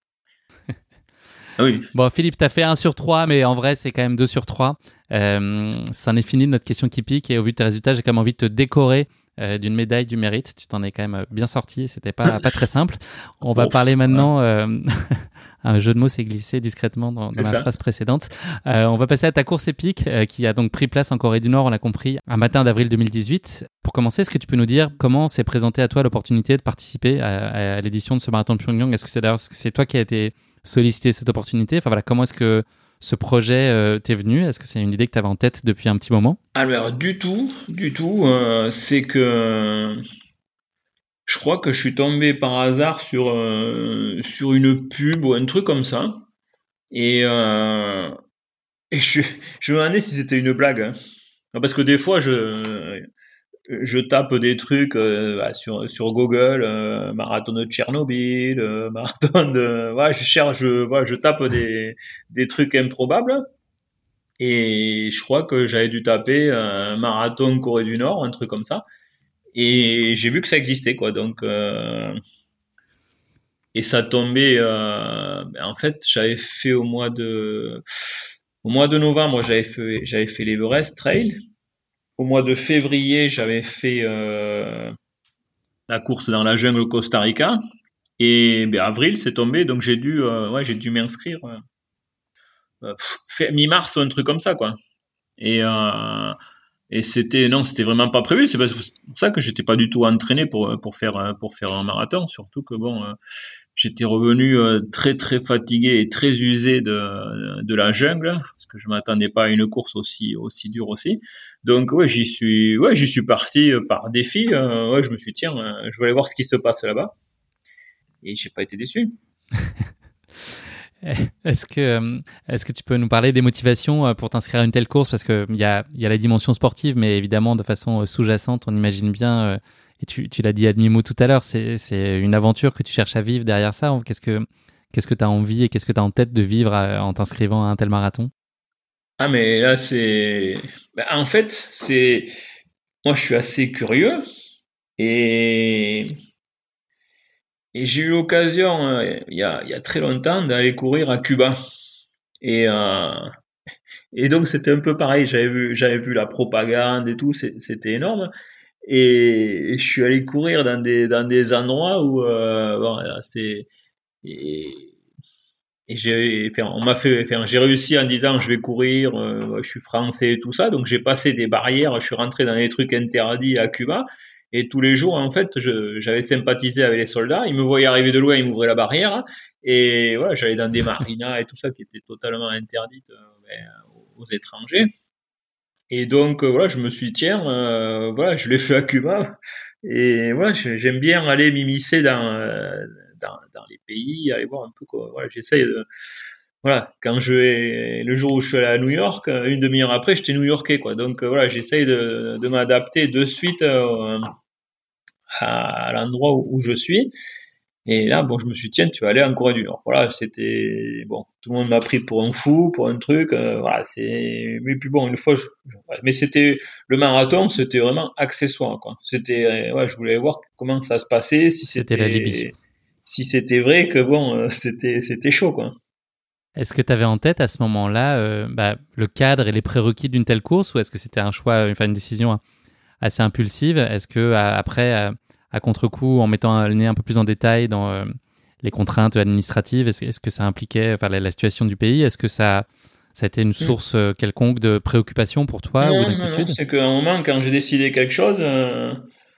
Ah oui. Bon, Philippe, tu as fait un sur trois, mais en vrai, c'est quand même deux sur trois. Euh, ça en est fini de notre question qui pique, et au vu de tes résultats, j'ai quand même envie de te décorer euh, d'une médaille du mérite. Tu t'en es quand même bien sorti, c'était pas, pas très simple. On va Bon, parler maintenant, euh, un jeu de mots s'est glissé discrètement dans, dans la ça. phrase précédente. Euh, on va passer à ta course épique, euh, qui a donc pris place en Corée du Nord, on l'a compris, un matin d'avril deux mille dix-huit. Pour commencer, est-ce que tu peux nous dire comment s'est présentée à toi l'opportunité de participer à, à l'édition de ce marathon de Pyongyang? Est-ce que c'est d'ailleurs, est-ce que c'est toi qui as été solliciter cette opportunité? Enfin voilà, comment est-ce que ce projet euh, t'est venu? Est-ce que c'est une idée que tu avais en tête depuis un petit moment? Alors, du tout, du tout. Euh, c'est que je crois que je suis tombé par hasard sur, euh, sur une pub ou un truc comme ça. Et, euh, et je, je me demandais si c'était une blague, hein. Parce que des fois, je, je tape des trucs euh, bah, sur, sur Google, euh, marathon de Tchernobyl, euh, marathon de... Voilà, je cherche, je, voilà, je tape des, des trucs improbables. Et je crois que j'avais dû taper un marathon Corée du Nord, un truc comme ça. Et j'ai vu que ça existait, quoi. Donc, euh, et ça tombait. Euh, en fait, j'avais fait au mois de, au mois de novembre, j'avais fait, j'avais fait l'Everest Trail. Au mois de février, j'avais fait euh, la course dans la jungle au Costa Rica. Et ben, avril, c'est tombé, donc j'ai dû, euh, ouais, j'ai dû m'inscrire euh, pff, mi-mars ou un truc comme ça, quoi. Et euh, Et c'était non, c'était vraiment pas prévu. C'est pour ça que j'étais pas du tout entraîné pour pour faire pour faire un marathon. Surtout que bon, euh, j'étais revenu euh, très très fatigué et très usé de de la jungle parce que je m'attendais pas à une course aussi aussi dure aussi. Donc ouais, j'y suis ouais j'y suis parti euh, par défi. Euh, ouais, je me suis dit, tiens, euh, je vais aller voir ce qui se passe là-bas et j'ai pas été déçu. Est-ce que, est-ce que tu peux nous parler des motivations pour t'inscrire à une telle course? Parce qu'il y a, y a la dimension sportive, mais évidemment, de façon sous-jacente, on imagine bien, et tu, tu l'as dit à demi-mot tout à l'heure, c'est, c'est une aventure que tu cherches à vivre derrière ça. Qu'est-ce que qu'est-ce que tu as envie et qu'est-ce que tu as en tête de vivre en t'inscrivant à un tel marathon? Ah mais là, c'est... Ben, en fait, c'est... Moi, je suis assez curieux et... Et j'ai eu l'occasion, euh, il y a, il y a très longtemps, d'aller courir à Cuba. Et, euh, et donc c'était un peu pareil. J'avais vu, j'avais vu la propagande et tout, c'est- c'était énorme. Et, et je suis allé courir dans des dans des endroits où euh, bon, là, c'est et, et j'ai, enfin, on m'a fait, enfin, j'ai réussi en disant je vais courir, euh, je suis français et tout ça. Donc j'ai passé des barrières, je suis rentré dans des trucs interdits à Cuba. Et tous les jours, en fait, je, j'avais sympathisé avec les soldats. Ils me voyaient arriver de loin, ils m'ouvraient la barrière. Et voilà, j'allais dans des marinas et tout ça qui étaient totalement interdites euh, ben, aux étrangers. Et donc euh, voilà, je me suis dit, tiens, euh, voilà, je l'ai fait à Cuba. Et voilà, je- j'aime bien aller m'immiscer dans, euh, dans, dans les pays, aller voir un peu quoi. Voilà, j'essaye de, voilà, quand je vais, le jour où je suis allé à New York, euh, une demi-heure après, j'étais new-yorkais, quoi. Donc euh, voilà, j'essaye de, de m'adapter de suite euh, à, à l'endroit où, où je suis. Et là, bon, je me suis dit, tiens, tu vas aller en Corée du Nord. Voilà, c'était, bon, tout le monde m'a pris pour un fou, pour un truc, euh, voilà, c'est, mais puis bon, une fois, je, je- ouais, mais c'était, le marathon, c'était vraiment accessoire, quoi. C'était, euh, ouais, je voulais voir comment ça se passait, si C'était la Libye. c'était, si c'était vrai que bon, euh, c'était, c'était chaud, quoi. Est-ce que tu avais en tête à ce moment-là euh, bah, le cadre et les prérequis d'une telle course, ou est-ce que c'était un choix, enfin une décision assez impulsive? Est-ce que à- après, à, à contre-coup, en mettant le nez un peu plus en détail dans euh, les contraintes administratives, est-ce, est-ce que ça impliquait enfin, la, la situation du pays? Est-ce que ça, ça a été une source euh, quelconque de préoccupation pour toi ou Non, non, non, d'inquiétude? c'est qu'à un moment, quand j'ai décidé quelque chose, euh,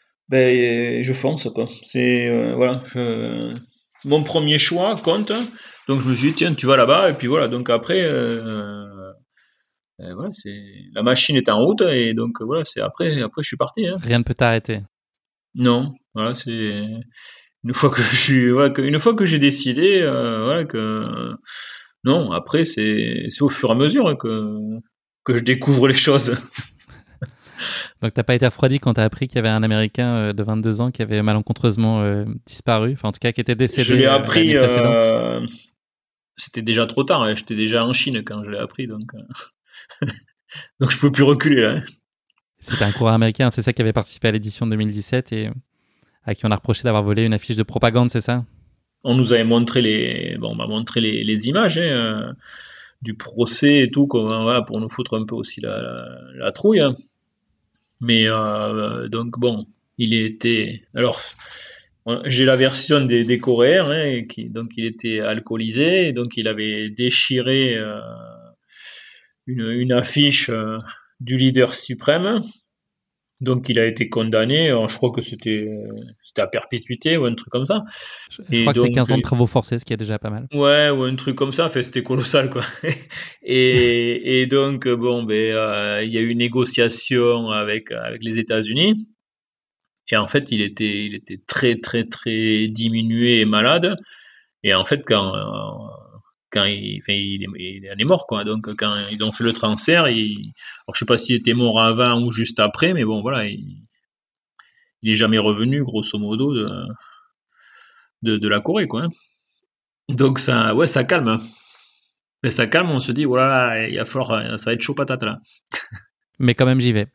ben, je fonce, quoi. C'est, euh, voilà, je- mon premier choix compte. Donc je me suis dit, tiens, tu vas là-bas, et puis voilà. Donc après, euh, euh, voilà, c'est, la machine est en route, et donc voilà, c'est après, après je suis parti, hein. Rien ne peut t'arrêter. Non, voilà, c'est une fois que je suis, voilà, que, une fois que j'ai décidé, euh, voilà, que, non, après c'est, c'est au fur et à mesure que, que je découvre les choses. Donc t'as pas été refroidi quand t'as appris qu'il y avait un Américain de vingt-deux ans qui avait malencontreusement euh, disparu, enfin en tout cas qui était décédé. Je l'ai appris, l'année précédente. Euh, c'était déjà trop tard, hein. J'étais déjà en Chine quand je l'ai appris, donc euh... donc je pouvais plus reculer là. C'était un coureur américain, c'est ça qui avait participé à l'édition deux mille dix-sept et à qui on a reproché d'avoir volé une affiche de propagande, c'est ça? On nous avait montré les, bon, on m'a montré les, les images hein, euh, du procès et tout, comme, voilà, pour nous foutre un peu aussi la, la, la trouille. Hein. Mais euh, donc bon, il était. Alors, j'ai la version des, des Coréens, hein, qui, donc il était alcoolisé, et donc il avait déchiré euh, une, une affiche euh, du leader suprême. Donc il a été condamné, je crois que c'était, c'était à perpétuité ou un truc comme ça. Je, je crois que donc, c'est quinze ans de travaux forcés, ce qui est déjà pas mal. Ouais, ou un truc comme ça, enfin, c'était colossal quoi. et, et donc bon, ben euh, il y a eu une négociation avec avec les États-Unis. Et en fait, il était il était très très très diminué et malade. Et en fait, quand euh, quand il, enfin, il, est, il est mort quoi. Donc quand ils ont fait le transfert, il, alors je sais pas s'il était mort avant ou juste après, mais bon voilà, il, il est jamais revenu grosso modo de de, de la Corée quoi. Donc ça, ouais, ça calme. Mais ça calme, on se dit voilà, il va falloir, ça va être chaud patate là. Mais quand même j'y vais.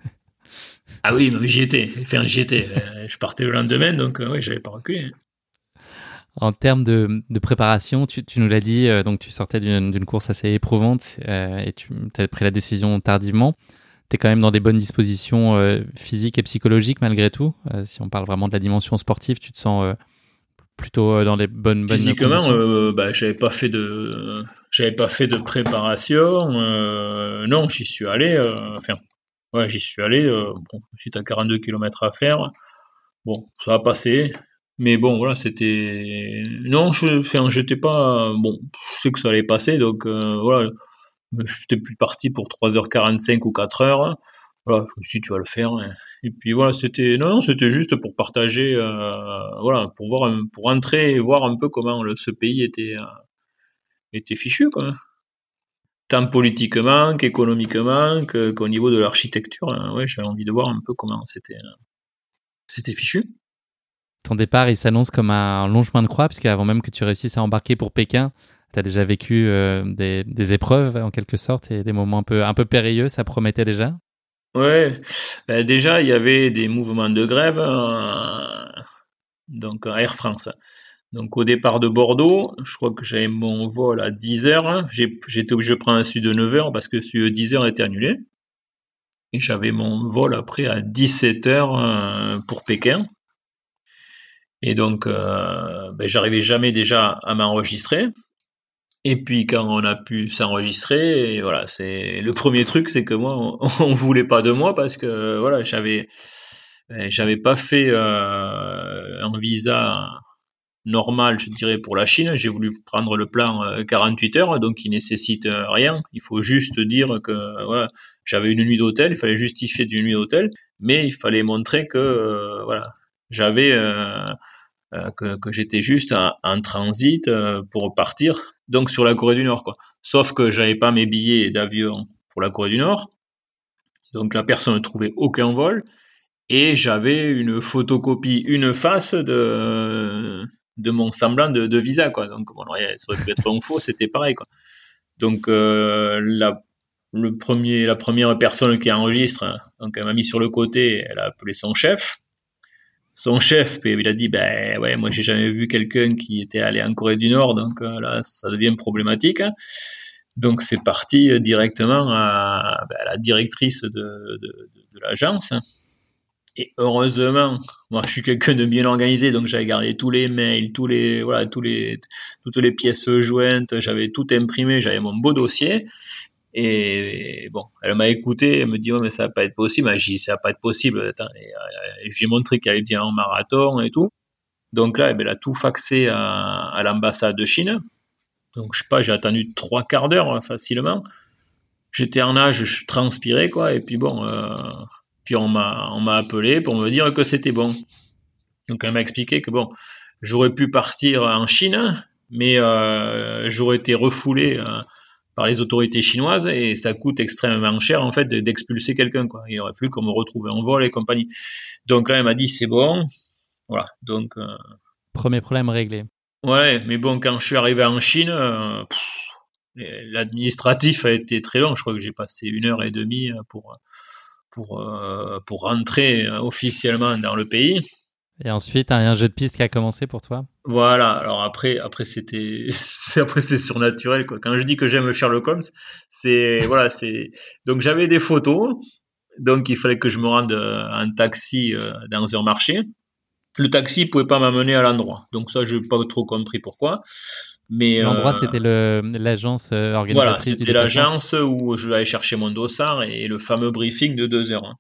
Ah oui, mais j'y étais. Enfin j'y étais. Je partais le lendemain, donc oui, j'avais pas reculé. En termes de, de préparation, tu, tu nous l'as dit, euh, donc tu sortais d'une, d'une course assez éprouvante euh, et tu as pris la décision tardivement. Tu es quand même dans des bonnes dispositions euh, physiques et psychologiques malgré tout. Euh, si on parle vraiment de la dimension sportive, tu te sens euh, plutôt euh, dans les bonnes, bonnes Physiquement, conditions. euh, bah, j'avais pas fait de, j'avais pas fait de préparation. Euh, non, j'y suis allé. Euh, enfin, ouais, j'y suis allé. Euh, bon, suite à quarante-deux kilomètres à faire. Bon, ça a passé. Mais bon, voilà, c'était. Non, je, enfin, j'étais pas. Bon, je sais que ça allait passer, donc euh, voilà, j'étais plus parti pour trois heures quarante-cinq ou quatre heures. Voilà, je me suis dit, tu vas le faire. Et puis voilà, c'était. Non, non, c'était juste pour partager, euh, voilà, pour voir, pour entrer et voir un peu comment le, ce pays était, euh, était fichu, quoi. Tant politiquement qu'économiquement, que, qu'au niveau de l'architecture. Hein, ouais, j'avais envie de voir un peu comment c'était, euh, c'était fichu. Ton départ, il s'annonce comme un long chemin de croix, puisque avant même que tu réussisses à embarquer pour Pékin, tu as déjà vécu euh, des, des épreuves, en quelque sorte, et des moments un peu, un peu périlleux, ça promettait déjà? Ouais, ben déjà, il y avait des mouvements de grève, euh, donc à Air France. Donc au départ de Bordeaux, je crois que j'avais mon vol à dix heures, j'ai, j'étais obligé de prendre un celui de neuf heures parce que celui de dix heures était annulé. Et j'avais mon vol après à dix-sept heures euh, pour Pékin. Et donc, euh, ben, j'arrivais jamais déjà à m'enregistrer. Et puis quand on a pu s'enregistrer, et voilà, c'est le premier truc, c'est que moi, on, on voulait pas de moi parce que voilà, j'avais, j'avais pas fait euh, un visa normal, je dirais, pour la Chine. J'ai voulu prendre le plan euh, quarante-huit heures, donc il nécessite euh, rien. Il faut juste dire que voilà, j'avais une nuit d'hôtel, il fallait justifier d'une nuit d'hôtel, mais il fallait montrer que euh, voilà, j'avais euh, euh, que, que j'étais juste en, en transit euh, pour partir, donc sur la Corée du Nord, quoi. Sauf que j'avais pas mes billets d'avion pour la Corée du Nord, donc la personne ne trouvait aucun vol, et j'avais une photocopie, une face de de mon semblant de, de visa, quoi. Donc bon, ça aurait pu être un faux, c'était pareil, quoi. Donc euh, la le premier, la première personne qui enregistre, donc elle m'a mis sur le côté, elle a appelé son chef. Son chef, puis il a dit, ben ouais, moi j'ai jamais vu quelqu'un qui était allé en Corée du Nord, donc euh, là ça devient problématique. Donc c'est parti directement à, ben, à la directrice de, de, de, de l'agence. Et heureusement, moi je suis quelqu'un de bien organisé, donc j'avais gardé tous les mails, tous les voilà, tous les toutes les pièces jointes, j'avais tout imprimé, j'avais mon beau dossier. Et bon, elle m'a écouté, elle me dit, oh, mais ça va pas être possible. J'ai dit, ça va pas être possible. Attends, et, euh, j'ai montré qu'elle avait bien en marathon et tout. Donc là, elle a tout faxé à, à l'ambassade de Chine. Donc je sais pas, j'ai attendu trois quarts d'heure facilement. J'étais en nage, je transpirais, quoi. Et puis bon, euh, puis on m'a, on m'a appelé pour me dire que c'était bon. Donc elle m'a expliqué que bon, j'aurais pu partir en Chine, mais euh, j'aurais été refoulé. Euh, par les autorités chinoises et ça coûte extrêmement cher en fait d'expulser quelqu'un, quoi. Il aurait fallu qu'on me retrouve en vol et compagnie. Donc là, il m'a dit c'est bon, voilà. Donc euh... premier problème réglé. Ouais, mais bon, quand je suis arrivé en Chine, euh, pff, l'administratif a été très long. Je crois que j'ai passé une heure et demie pour pour euh, pour rentrer officiellement dans le pays. Et ensuite, un jeu de piste qui a commencé pour toi. Voilà. Alors après, après c'était, après c'est surnaturel, quoi. Quand je dis que j'aime Sherlock Holmes, c'est voilà, c'est donc j'avais des photos, donc il fallait que je me rende en taxi dans un marché. Le taxi pouvait pas m'amener à l'endroit, donc ça j'ai pas trop compris pourquoi. Mais l'endroit euh, c'était le l'agence organisatrice voilà, du c'était l'agence où je vais aller chercher mon dossard et le fameux briefing de deux heures.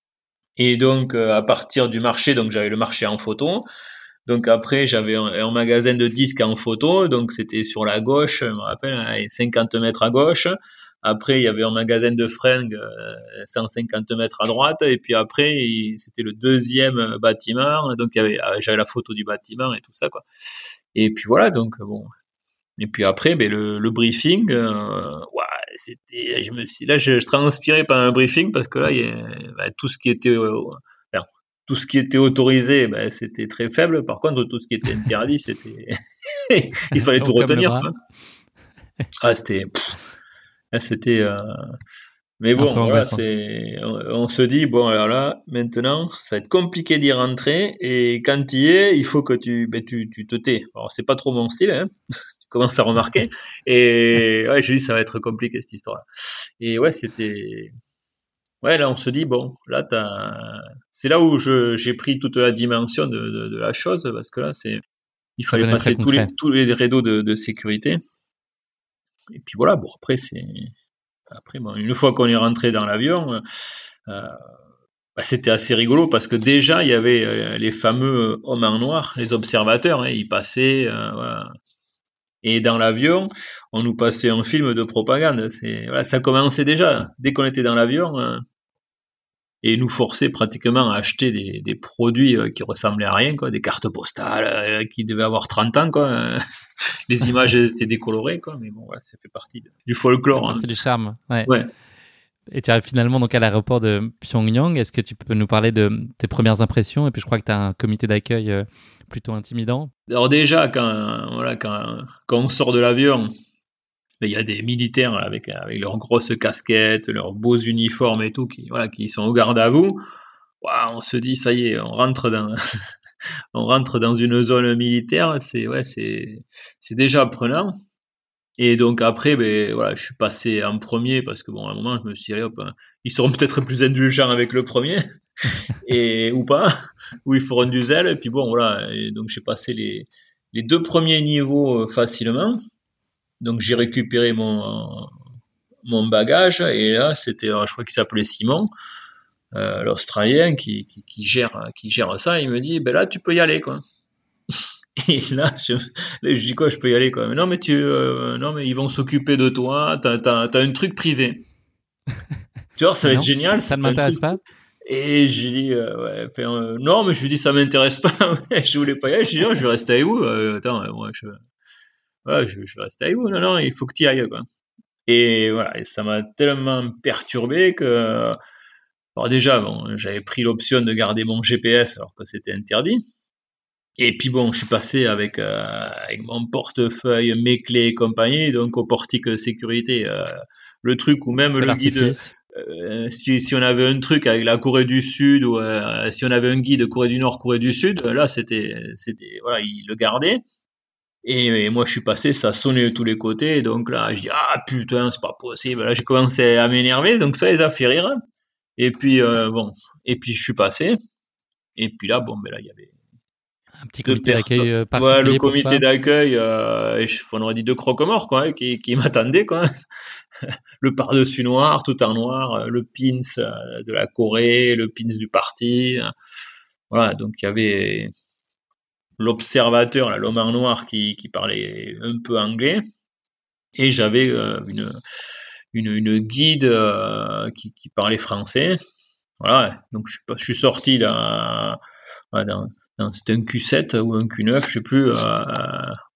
Et donc à partir du marché, donc j'avais le marché en photo. Donc après, j'avais un, un magasin de disques en photo, donc c'était sur la gauche, je me rappelle, cinquante mètres à gauche. Après, il y avait un magasin de fringues, cent cinquante mètres à droite. Et puis après, c'était le deuxième bâtiment, donc il y avait, j'avais la photo du bâtiment et tout ça, quoi. Et puis voilà, donc bon. Et puis après, ben le, le briefing, euh, ouais, c'était, je me suis, là, je, je transpirais pendant un briefing parce que là, il y a, ben, tout ce qui était euh, tout ce qui était autorisé, ben, c'était très faible. Par contre, tout ce qui était interdit, c'était, il fallait tout retenir, quoi. Ah, c'était, pff, là, c'était, euh... mais bon, voilà, c'est, on, on se dit, bon, alors là, maintenant, ça va être compliqué d'y rentrer, et quand tu y es, il faut que tu, ben, tu, tu te tais. Alors, c'est pas trop mon style, hein. Tu commences à remarquer. Et, ouais, je dis, ça va être compliqué, cette histoire-là. Et ouais, c'était, ouais, là, on se dit, bon, là, t'as... c'est là où je, j'ai pris toute la dimension de, de, de la chose, parce que là, c'est, il fallait passer tous les, tous les rideaux de, de sécurité. Et puis voilà, bon, après, c'est, après, bon, une fois qu'on est rentré dans l'avion, euh, bah, c'était assez rigolo, parce que déjà, il y avait euh, les fameux hommes en noir, les observateurs, hein, ils passaient, euh, voilà. Et dans l'avion, on nous passait un film de propagande. C'est, voilà, ça commençait déjà, dès qu'on était dans l'avion, euh, et nous forçait pratiquement à acheter des, des produits euh, qui ressemblaient à rien, quoi, des cartes postales euh, qui devaient avoir trente ans, quoi. Les images étaient décolorées, quoi, mais bon, ouais, ça fait partie de, du folklore. Ça fait partie hein. du charme, ouais. ouais. Et tu arrives finalement donc à l'aéroport de Pyongyang. Est-ce que tu peux nous parler de tes premières impressions? Et puis je crois que tu as un comité d'accueil euh, plutôt intimidant. Alors déjà, quand, voilà, quand, quand on sort de l'avion, il y a des militaires avec, avec leurs grosses casquettes, leurs beaux uniformes et tout, qui, voilà, qui sont au garde à vous. Wow, on se dit, ça y est, on rentre dans, on rentre dans une zone militaire. C'est, ouais, c'est, c'est déjà prenant. Et donc après, ben voilà, je suis passé en premier parce que bon, à un moment, je me suis dit, allez hop, ils seront peut-être plus indulgents avec le premier, et ou pas, ou ils feront du zèle. Et puis bon, voilà. Et donc j'ai passé les les deux premiers niveaux facilement. Donc j'ai récupéré mon mon bagage et là c'était, je crois qu'il s'appelait Simon, euh, l'Australien qui, qui qui gère qui gère ça. Il me dit ben là tu peux y aller quoi. Et là je, là, je dis quoi, je peux y aller quoi. Mais non mais tu euh, non mais ils vont s'occuper de toi. T'as t'as t'as un truc privé. Tu vois ça va non, être génial. Ça ne m'intéresse truc... pas. Et j'ai dit euh, ouais, fait, euh, non mais je lui dis ça m'intéresse pas. Je voulais pas y aller. Je dis non je vais rester avec vous. Euh, attends moi je ouais, je, je vais rester avec vous. Non, non, il faut que tu y ailles, quoi. Et voilà, et ça m'a tellement perturbé que, alors déjà, bon, j'avais pris l'option de garder mon G P S alors que c'était interdit. Et puis bon, je suis passé avec, euh, avec mon portefeuille, mes clés et compagnie, donc au portique sécurité, euh, le truc où même Quel le guide, euh, si, si on avait un truc avec la Corée du Sud ou euh, si on avait un guide Corée du Nord, Corée du Sud, là c'était, c'était, voilà, il le gardait. Et, et moi, je suis passé, ça sonnait de tous les côtés. Donc là, je dis, ah putain, c'est pas possible. Là, j'ai commencé à m'énerver. Donc ça les a fait rire. Et puis, euh, bon, et puis je suis passé. Et puis là, bon, ben là, il y avait un petit comité d'accueil euh, particulier. Ouais, le pour comité toi. d'accueil, euh, on aurait dit deux croque-morts, quoi, hein, qui, qui m'attendaient, quoi. Le par-dessus noir, tout en noir, le pins de la Corée, le pins du parti. Voilà, donc il y avait l'observateur, là, l'homme en noir qui, qui parlait un peu anglais, et j'avais euh, une, une, une guide euh, qui, qui parlait français. Voilà, donc je, je suis sorti dans, dans, dans c'était un Q sept ou un Q neuf, je sais plus, euh,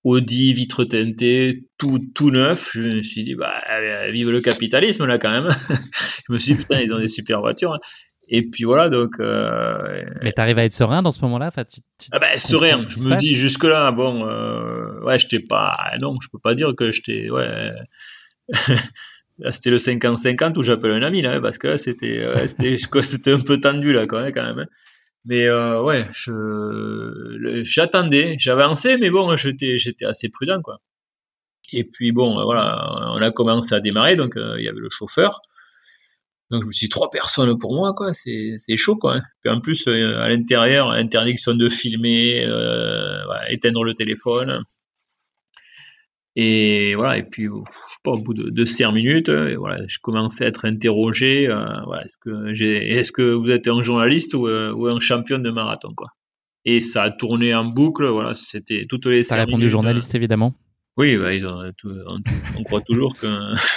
Audi, vitres teintées, tout, tout neuf. Je me suis dit, bah, vive le capitalisme, là, quand même. Je me suis dit, putain, ils ont des super voitures. Hein. Et puis voilà, donc. Euh, Mais t'arrives à être serein dans ce moment-là, enfin, tu, tu Ah ben, serein. Je me passe. dis jusque-là, bon, euh, ouais, j'étais pas. Non, je peux pas dire que j'étais. Ouais. Là, c'était le cinquante cinquante où j'appelle un ami, là, parce que c'était, ouais, c'était, c'était un peu tendu, là, quand même. Quand même. Mais euh, ouais, je, le, j'attendais, j'avançais, mais bon, j'étais, j'étais assez prudent, quoi. Et puis bon, voilà, on a commencé à démarrer, donc euh, il y avait le chauffeur. Donc je me suis dit, trois personnes pour moi, quoi, c'est, c'est chaud, quoi. Puis en plus, euh, à l'intérieur, interdiction de filmer, euh, voilà, éteindre le téléphone. Et voilà, et puis, je sais pas, au bout de, de cinq minutes, et voilà, je commençais à être interrogé. Euh, voilà, est-ce que j'ai, est-ce que vous êtes un journaliste ou, euh, ou un champion de marathon, quoi. Et ça a tourné en boucle, voilà, c'était toutes les cinq minutes. T'as répondu journaliste, euh, évidemment. Oui, bah, ils ont, tout, on, on croit toujours que.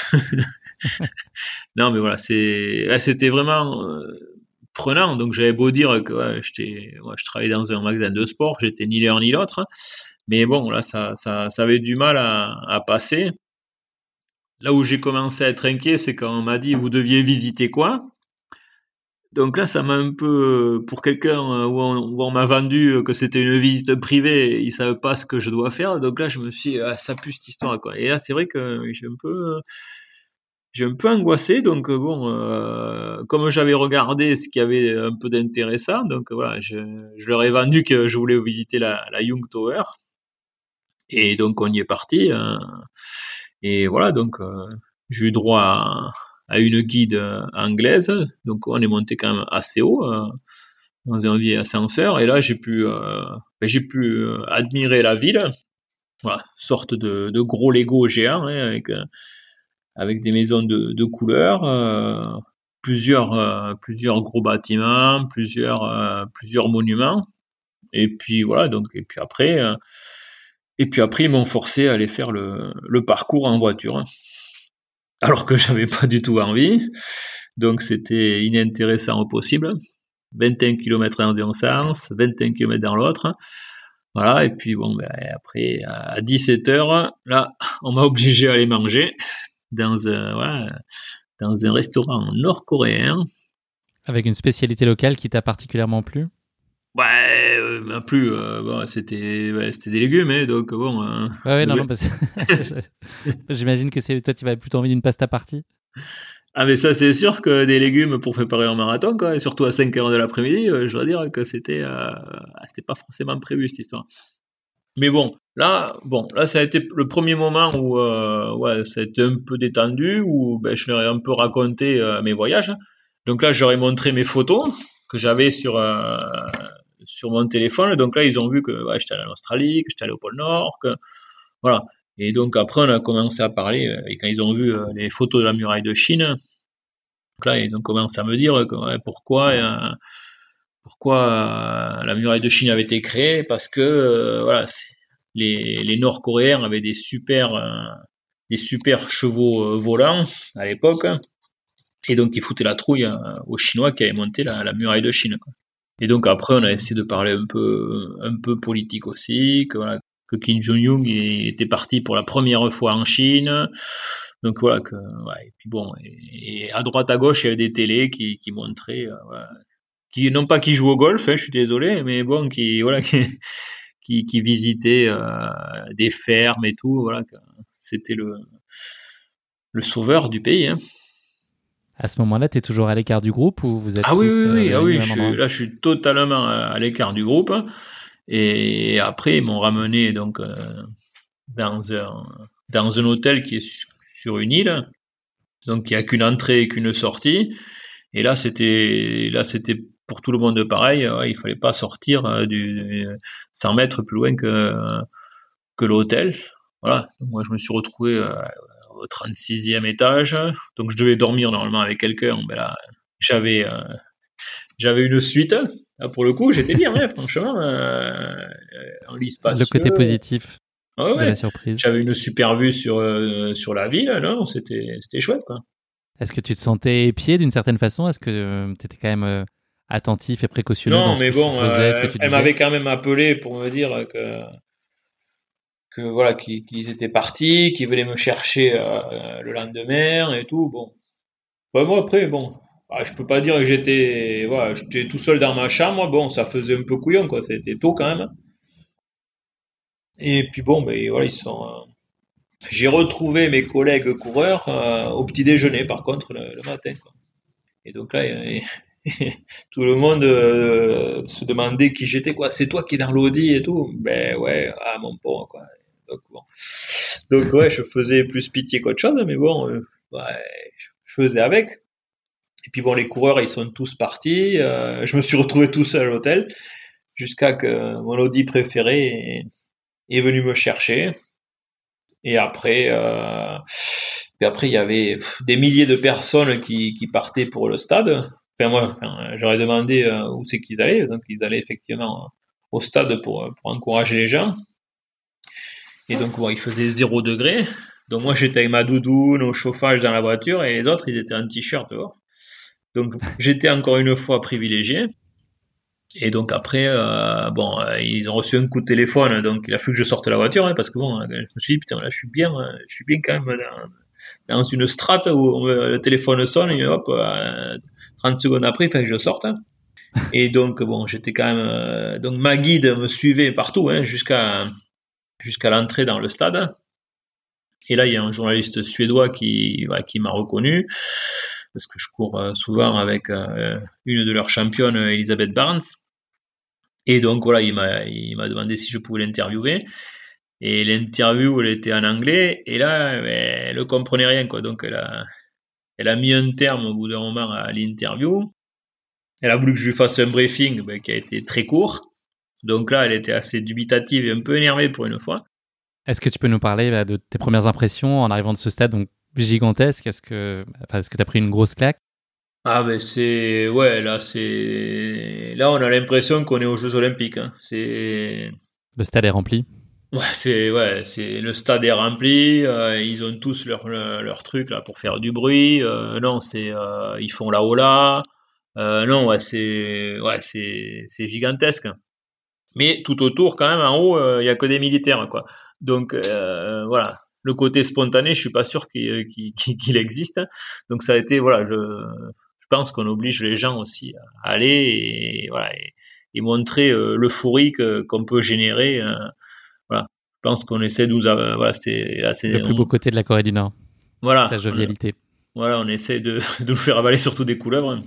Non, mais voilà, c'est, c'était vraiment euh, prenant. Donc j'avais beau dire que ouais, j'étais, ouais, je travaillais dans un magasin de sport, j'étais ni l'un ni l'autre. Mais bon, là, ça, ça, ça avait du mal à, à passer. Là où j'ai commencé à être inquiet, c'est quand on m'a dit vous deviez visiter quoi. Donc là, ça m'a un peu, pour quelqu'un où on, où on m'a vendu que c'était une visite privée, ils savaient pas ce que je dois faire. Donc là, je me suis dit, ah, ça pue cette histoire, quoi. Et là, c'est vrai que j'ai un peu, j'ai un peu angoissé. Donc bon, euh, comme j'avais regardé ce qui avait un peu d'intéressant, donc voilà, je, je leur ai vendu que je voulais visiter la, la Young Tower. Et donc on y est parti. Euh, et voilà, donc euh, j'ai eu droit à, à une guide euh, anglaise. Donc on est monté quand même assez haut euh, dans un vieil ascenseur. Et là j'ai pu, euh, ben, j'ai pu euh, admirer la ville. Voilà, sorte de, de gros Lego géant hein, avec euh, avec des maisons de, de couleurs, euh, plusieurs euh, plusieurs gros bâtiments, plusieurs euh, plusieurs monuments. Et puis voilà, donc et puis après. Euh, Et puis après, ils m'ont forcé à aller faire le, le parcours en voiture. Alors que j'avais pas du tout envie. Donc c'était inintéressant au possible. vingt et un kilomètres dans un sens, vingt et un kilomètres dans l'autre. Voilà, et puis bon, ben, après, à dix-sept heures, là, on m'a obligé à aller manger dans un, ouais, dans un restaurant nord-coréen. Avec une spécialité locale qui t'a particulièrement plu ? Ouais, euh, m'a plu. Euh, bon, c'était, ouais, c'était des légumes, hein, donc bon. Euh, ouais, ouais, non, non, parce que j'imagine que c'est toi, tu vas plutôt envie d'une pasta partie. Ah, mais ça, c'est sûr que des légumes pour préparer un marathon, quoi, et surtout à cinq heures de l'après-midi, euh, je dois dire que c'était, euh, c'était pas forcément prévu, cette histoire. Mais bon, là, bon, là, ça a été le premier moment où, euh, ouais, ça a été un peu détendu, où, ben, je leur ai un peu raconté euh, mes voyages. Donc là, j'aurais montré mes photos que j'avais sur, euh, sur mon téléphone. Donc là, ils ont vu que, ouais, j'étais allé en Australie, que j'étais allé au pôle Nord, que, voilà. Et donc après, on a commencé à parler, et quand ils ont vu euh, les photos de la muraille de Chine, donc là, ils ont commencé à me dire que, ouais, pourquoi, euh, pourquoi euh, la muraille de Chine avait été créée, parce que euh, voilà, les, les Nord-Coréens avaient des super, euh, des super chevaux euh, volants à l'époque, et donc ils foutaient la trouille euh, aux Chinois qui avaient monté la, la muraille de Chine, quoi. Et donc après, on a essayé de parler un peu, un peu politique aussi, que voilà, que Kim Jong-un était parti pour la première fois en Chine. Donc voilà, que, ouais, et puis bon, et, et à droite à gauche, il y avait des télés qui, qui montraient, euh, voilà, qui, non pas qui jouent au golf, hein, je suis désolé, mais bon, qui, voilà, qui, qui, qui visitaient euh, des fermes et tout, voilà, que c'était le, le sauveur du pays, hein. À ce moment-là, tu es toujours à l'écart du groupe ou vous êtes ah tous oui, oui, oui, euh, ah oui, je suis, là, je suis totalement à, à l'écart du groupe. Et après, ils m'ont ramené donc euh, dans un dans un hôtel qui est su, sur une île, donc il n'y a qu'une entrée et qu'une sortie. Et là, c'était là, c'était pour tout le monde pareil. Ouais, il fallait pas sortir euh, du cent mètres plus loin que que l'hôtel. Voilà. Donc moi, je me suis retrouvé euh, au trente-sixième étage. Donc je devais dormir normalement avec quelqu'un. Mais là, j'avais euh, j'avais une suite. Là, pour le coup, j'étais bien, hein, franchement, euh, en lit spacieux. Le côté positif ouais, ouais. de la surprise. J'avais une super vue sur, euh, sur la ville, non, c'était, c'était chouette, quoi. Est-ce que tu te sentais épié d'une certaine façon ? Est-ce que euh, tu étais quand même euh, attentif et précautionneux non, dans ce mais que bon, tu faisais, euh, ce que tu elle disais ? m'avait quand même appelé pour me dire que que voilà, qu'ils, qu'ils étaient partis, qu'ils venaient me chercher euh, le lendemain et tout. Bon, bah, moi après, bon, bah, je peux pas dire que j'étais, voilà, j'étais tout seul dans ma chambre. Bon, ça faisait un peu couillon, quoi. C'était tôt quand même. Et puis bon, ben voilà, ils sont. euh, J'ai retrouvé mes collègues coureurs euh, au petit déjeuner, par contre, le, le matin, quoi. Et donc là, euh, tout le monde euh, se demandait qui j'étais, quoi. C'est toi qui es dans l'Audi et tout. Ben ouais, ah mon pauvre, quoi. Donc, bon. Donc ouais, je faisais plus pitié qu'autre chose, mais bon, euh, ouais, je je faisais avec. Et puis bon, les coureurs, ils sont tous partis. Euh, je me suis retrouvé tout seul à l'hôtel jusqu'à que mon Audi préféré est, est venu me chercher. Et après, euh, et après, il y avait des milliers de personnes qui, qui partaient pour le stade. Enfin, moi, enfin, j'aurais demandé euh, où c'est qu'ils allaient. Donc, ils allaient effectivement au stade pour, pour encourager les gens. Et donc, bon, il faisait zéro degré. Donc, moi, j'étais avec ma doudoune au chauffage dans la voiture et les autres, ils étaient en t-shirt dehors. Donc, j'étais encore une fois privilégié. Et donc après, euh, bon, euh, ils ont reçu un coup de téléphone, donc il a fallu que je sorte de la voiture, hein, parce que bon, je me suis dit, putain, là, je suis bien, je suis bien quand même dans, dans une strate où on me- le téléphone sonne et hop, euh, trente secondes après, il fallait que je sorte. Hein. Et donc, bon, j'étais quand même, euh, donc ma guide me suivait partout, hein, jusqu'à jusqu'à l'entrée dans le stade. Et là, il y a un journaliste suédois qui, voilà, qui m'a reconnu, parce que je cours euh, souvent avec euh, une de leurs championnes, Elisabeth Barnes. Et donc voilà, il m'a, il m'a demandé si je pouvais l'interviewer. Et l'interview, elle était en anglais. Et là, elle ne comprenait rien, quoi. Donc elle a, elle a mis un terme au bout d'un moment à l'interview. Elle a voulu que je lui fasse un briefing, ben, qui a été très court. Donc là, elle était assez dubitative et un peu énervée pour une fois. Est-ce que tu peux nous parler bah, de tes premières impressions en arrivant de ce stade donc gigantesque? Est-ce que enfin, est-ce que tu as pris une grosse claque? Ah ben c'est ouais là c'est là on a l'impression qu'on est aux Jeux Olympiques. Hein. C'est Le stade est rempli. ouais c'est ouais c'est le stade est rempli. Euh, ils ont tous leur leur, leur truc là pour faire du bruit. Euh, non c'est euh, ils font la hola. Euh, non ouais c'est ouais c'est c'est gigantesque. Mais tout autour quand même en haut il euh, y a que des militaires quoi. Donc euh, voilà. Le côté spontané, je suis pas sûr qu'il, qu'il, qu'il existe. Donc ça a été voilà, je je pense qu'on oblige les gens aussi à aller et, voilà, et, et montrer euh, l'euphorie que, qu'on peut générer. Euh, voilà. Je pense qu'on essaie de nous... Euh, voilà, c'est, là, c'est, Le plus on, beau côté de la Corée du Nord. voilà, Sa jovialité. On, voilà, on essaie de, de nous faire avaler surtout des couleuvres.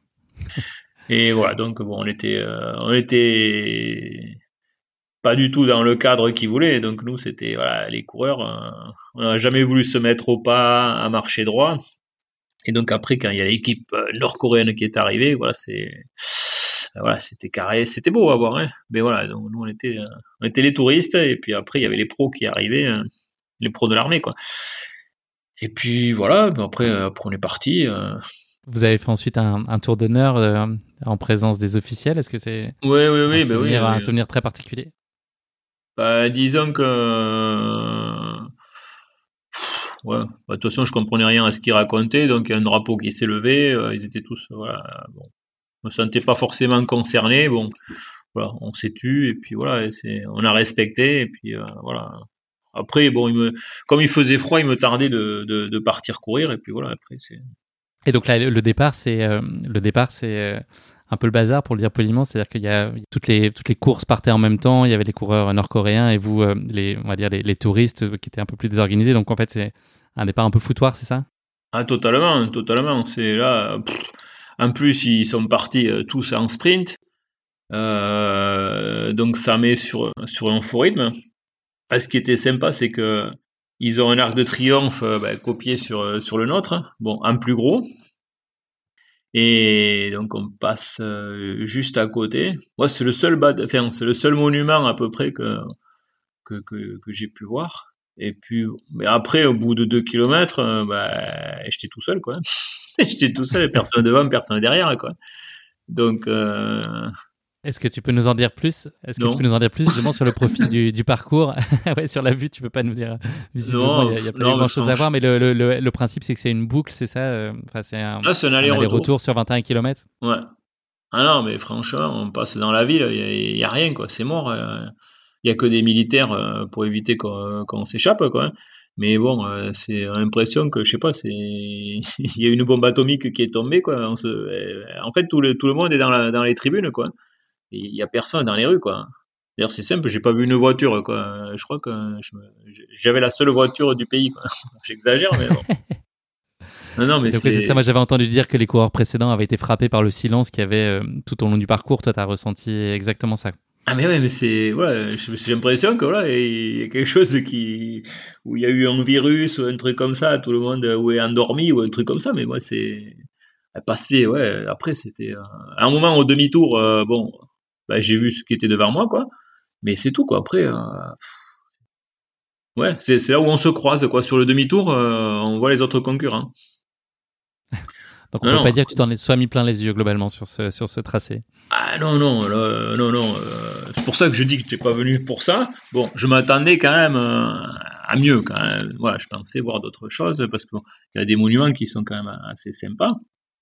Et voilà, donc bon, on était, euh, on était pas du tout dans le cadre qu'ils voulaient. Donc nous, c'était voilà, les coureurs, euh, on n'a jamais voulu se mettre au pas, à marcher droit. Et donc après, quand il y a l'équipe nord-coréenne qui est arrivée, voilà, c'est voilà, c'était carré, c'était beau à voir, hein. Mais voilà, donc nous on était, on était les touristes, et puis après il y avait les pros qui arrivaient, hein, les pros de l'armée, quoi. Et puis voilà, après, après on est parti. Euh... Vous avez fait ensuite un, un tour d'honneur euh, en présence des officiels. Est-ce que c'est oui, oui, oui, un, bah souvenir, oui, oui. un souvenir très particulier? Bah, disons que ouais, bah, de toute façon je comprenais rien à ce qu'ils racontaient, donc il y a un drapeau qui s'est levé, euh, ils étaient tous voilà, bon. Je me sentais pas forcément concerné, bon, voilà, on s'est tu et puis voilà, et c'est, on a respecté et puis euh, voilà. Après, bon, il me, comme il faisait froid, il me tardait de, de, de partir courir et puis voilà. Après, c'est. Et donc là, le départ, c'est euh, le départ, c'est euh, un peu le bazar pour le dire poliment, c'est-à-dire qu'il y a toutes les toutes les courses partaient en même temps. Il y avait les coureurs nord-coréens et vous, euh, les on va dire les, les touristes qui étaient un peu plus désorganisés. Donc en fait, c'est un départ un peu foutoir, c'est ça? Ah, totalement, totalement. C'est là. Pff, en plus, ils sont partis euh, tous en sprint, euh, donc ça met sur sur un faux rythme. Ah, ce qui était sympa, c'est que ils ont un arc de triomphe euh, bah, copié sur sur le nôtre, bon, en plus gros. Et donc on passe euh, juste à côté. Moi, c'est le seul bad... enfin, c'est le seul monument à peu près que que, que, que j'ai pu voir. Et puis, mais après, au bout de deux kilomètres, euh, bah, j'étais tout seul, quoi. J'étais tout seul, personne devant, personne derrière, quoi. Donc, euh... Est-ce que tu peux nous en dire plus? Est-ce que non. tu peux nous en dire plus justement sur le profil du, du parcours? Ouais, sur la vue, tu peux pas nous dire. Visiblement, il n'y a, a pas non, grand-chose à voir, mais le, le, le, le principe, c'est que c'est une boucle, c'est ça? Enfin, c'est un, ah, c'est un aller-retour. un aller-retour sur vingt et un kilomètres. Ouais. Ah non, mais franchement, on passe dans la ville, il n'y a, a rien, quoi. C'est mort. Euh... il y a que des militaires euh, pour éviter qu'on, qu'on s'échappe, quoi. Mais bon, euh, c'est l'impression que, je sais pas, c'est il y a une bombe atomique qui est tombée, quoi. On se... En fait, tout le, tout le monde est dans, la, dans les tribunes, quoi. Et il y a personne dans les rues, quoi. D'ailleurs, c'est simple, j'ai pas vu une voiture, quoi. Je crois que je me... j'avais la seule voiture du pays, quoi. J'exagère, mais bon. Non, non, mais donc, c'est... c'est ça. Moi, j'avais entendu dire que les coureurs précédents avaient été frappés par le silence qu'il y avait euh, tout au long du parcours. Toi, tu as ressenti exactement ça. Ah, mais ouais, mais c'est, voilà, j'ai l'impression que, voilà, il y a quelque chose qui, où il y a eu un virus ou un truc comme ça, tout le monde ou est endormi ou un truc comme ça, mais moi, c'est, passé, ouais, après, c'était, euh, à un moment, au demi-tour, euh, bon, bah, j'ai vu ce qui était devant moi, quoi. Mais c'est tout, quoi. Après, euh, ouais, c'est, c'est là où on se croise, quoi. Sur le demi-tour, euh, on voit les autres concurrents. Donc on non, peut non, pas dire que tu t'en sois mis plein les yeux globalement sur ce, sur ce tracé. Ah non, non, là, non, non. Euh, c'est pour ça que je dis que tu n'es pas venu pour ça. Bon, je m'attendais quand même euh, à mieux, quand même. Voilà, je pensais voir d'autres choses, parce qu'il bon, y a des monuments qui sont quand même assez sympas.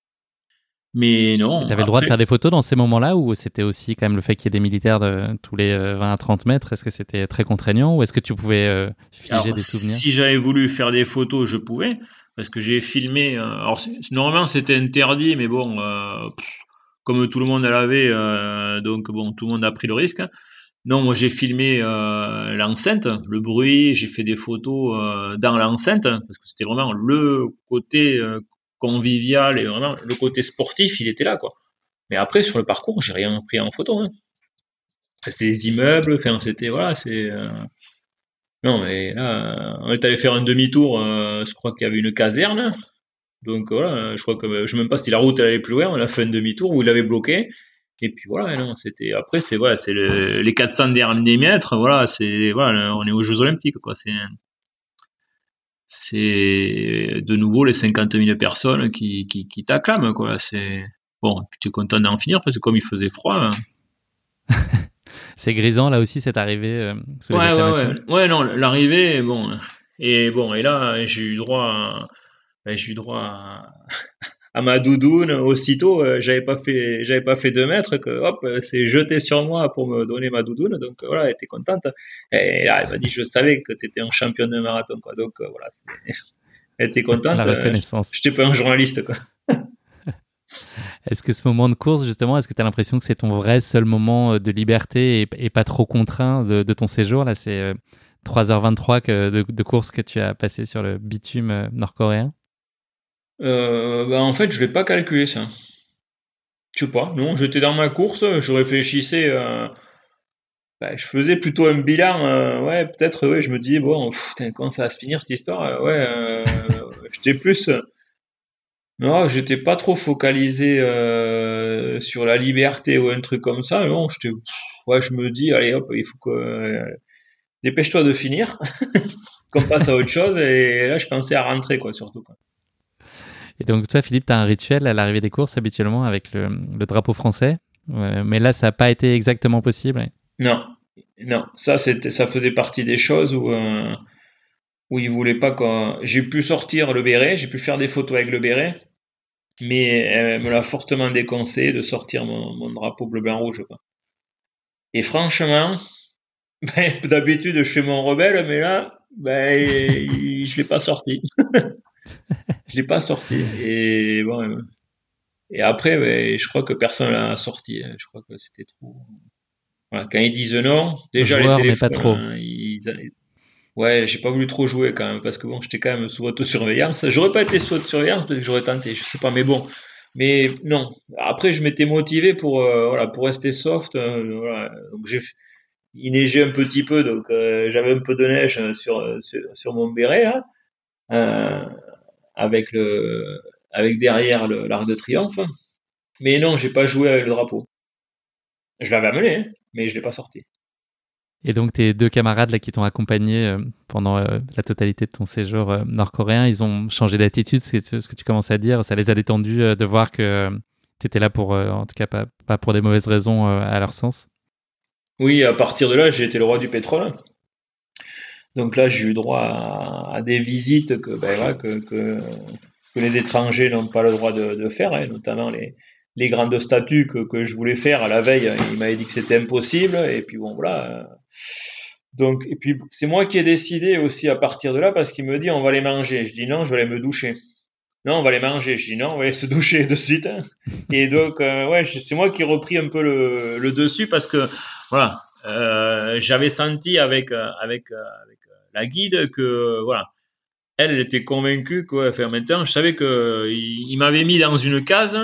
Mais non. Tu avais le droit de faire des photos dans ces moments-là, ou c'était aussi quand même le fait qu'il y ait des militaires de tous les vingt à trente mètres? Est-ce que c'était très contraignant, ou est-ce que tu pouvais euh, figer alors, des souvenirs? Si j'avais voulu faire des photos, je pouvais, parce que j'ai filmé. Euh, alors, normalement, c'était interdit, mais bon, euh, pff, comme tout le monde l'avait, euh, donc bon, tout le monde a pris le risque. Non, moi j'ai filmé euh, l'enceinte, le bruit, j'ai fait des photos euh, dans l'enceinte, parce que c'était vraiment le côté euh, convivial et vraiment le côté sportif, il était là, quoi. Mais après, sur le parcours, j'ai rien pris en photo. Hein. C'était des immeubles, enfin, c'était, voilà, c'est... Euh... Non, mais là, on est allé faire un demi-tour, euh, je crois qu'il y avait une caserne, donc voilà, je crois que, je sais même pas si la route allait plus loin, on a fait un demi-tour où il avait bloqué. Et puis voilà, non, c'était après c'est voilà, c'est le, les quatre cents derniers mètres, voilà, c'est voilà, on est aux Jeux Olympiques, quoi. C'est c'est de nouveau les cinquante mille personnes qui qui, qui t'acclament, quoi. C'est bon, tu es content d'en finir parce que comme il faisait froid. Hein. C'est grisant là aussi cette arrivée. Euh, sous ouais, les ouais, ouais, ouais, non, l'arrivée, bon, et bon, et là j'ai eu droit, à, ben, j'ai eu droit à à ma doudoune aussitôt, euh, j'avais pas fait j'avais pas fait deux mètres que hop, c'est jeté sur moi pour me donner ma doudoune, donc euh, voilà, elle était contente et là elle m'a dit je savais que tu étais un champion de marathon, quoi, donc euh, voilà, c'est... elle était contente. La reconnaissance. Euh, j'étais pas un journaliste, quoi. Est-ce que ce moment de course, justement, est-ce que tu as l'impression que c'est ton vrai seul moment de liberté et, et pas trop contraint de, de ton séjour? Là, c'est euh, trois heures vingt-trois que, de, de course que tu as passé sur le bitume euh, nord-coréen. Euh, bah en fait, je l'ai pas calculé, ça. Je sais pas, non, j'étais dans ma course, je réfléchissais, euh, bah, je faisais plutôt un bilan, euh, ouais, peut-être, ouais, je me dis, bon, pff, comment ça va se finir cette histoire, euh, ouais, euh, j'étais plus, euh, non, j'étais pas trop focalisé euh, sur la liberté ou un truc comme ça, non, j'étais, pff, ouais, je me dis, allez, hop, il faut que, euh, dépêche-toi de finir, qu'on passe à autre chose, et là, je pensais à rentrer, quoi, surtout, quoi. Et donc, toi, Philippe, tu as un rituel à l'arrivée des courses habituellement avec le, le drapeau français. Euh, mais là, ça n'a pas été exactement possible. Non, non. Ça, c'était, ça faisait partie des choses où, euh, où ils voulaient pas qu'on... J'ai pu sortir le béret, j'ai pu faire des photos avec le béret, mais elle me l'a fortement déconseillé de sortir mon, mon drapeau bleu-blanc-rouge, quoi. Et franchement, ben, d'habitude, je fais mon rebelle, mais là, ben, je l'ai pas sorti. Je l'ai pas sorti. Et bon, et après, ben, je crois que personne l'a sorti. Je crois que c'était trop. Voilà, quand ils disent non, déjà joueur, les téléphones, mais pas trop. Hein, ils... ouais, j'ai pas voulu trop jouer quand même parce que bon, j'étais quand même sous autosurveillance. J'aurais pas été sous autosurveillance parce que j'aurais tenté, je sais pas, mais bon. Mais non. Après, je m'étais motivé pour euh, voilà pour rester soft. Euh, voilà. Donc j'ai il neigeait un petit peu, donc euh, j'avais un peu de neige sur sur, sur mon béret là. Euh, avec le avec derrière le, l'arc de triomphe, mais non, j'ai pas joué avec le drapeau. Je l'avais amené, hein, mais je l'ai pas sorti. Et donc tes deux camarades là qui t'ont accompagné euh, pendant euh, la totalité de ton séjour euh, nord-coréen, ils ont changé d'attitude, c'est ce que tu commences à dire, ça les a détendus euh, de voir que euh, tu étais là pour, euh, en tout cas pas, pas pour des mauvaises raisons euh, à leur sens. Oui, à partir de là, j'ai été le roi du pétrole. Donc là, j'ai eu droit à, à des visites que, ben, voilà, que, que, que les étrangers n'ont pas le droit de, de faire, hein, notamment les, les grandes statues que, que je voulais faire à la veille. Il m'avait dit que c'était impossible. Et puis bon, voilà. Donc, et puis, c'est moi qui ai décidé aussi à partir de là, parce qu'il me dit, on va les manger. Je dis non, je vais aller me doucher. Non, on va les manger. Je dis non, on va aller se doucher de suite. Hein. Et donc, euh, ouais, c'est moi qui ai repris un peu le, le dessus, parce que, voilà, euh, j'avais senti avec, euh, avec, euh, avec la guide que, voilà, elle, elle était convaincue que, ouais, enfin, maintenant, je savais que il, il m'avait mis dans une case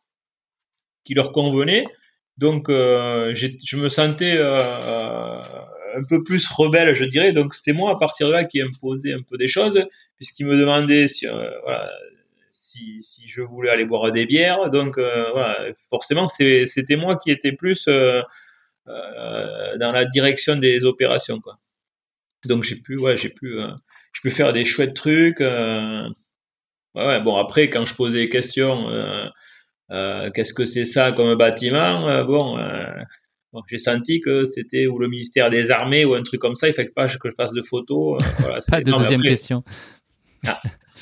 qui leur convenait. Donc, euh, je me sentais euh, un peu plus rebelle, je dirais. Donc, c'est moi, à partir de là, qui imposais un peu des choses, puisqu'il me demandait si, euh, voilà, si, si je voulais aller boire des bières. Donc, euh, voilà, forcément, c'est, c'était moi qui étais plus euh, euh, dans la direction des opérations, quoi. Donc, j'ai pu, ouais, j'ai pu, euh, je peux faire des chouettes trucs. Euh, ouais, bon, après, quand je posais des questions... Euh, Euh, qu'est-ce que c'est ça comme bâtiment euh, bon, euh, bon, j'ai senti que c'était ou le ministère des Armées ou un truc comme ça. Il ne fallait pas que je fasse de photos. Euh, voilà, Pas de non, deuxième après... question. Ah.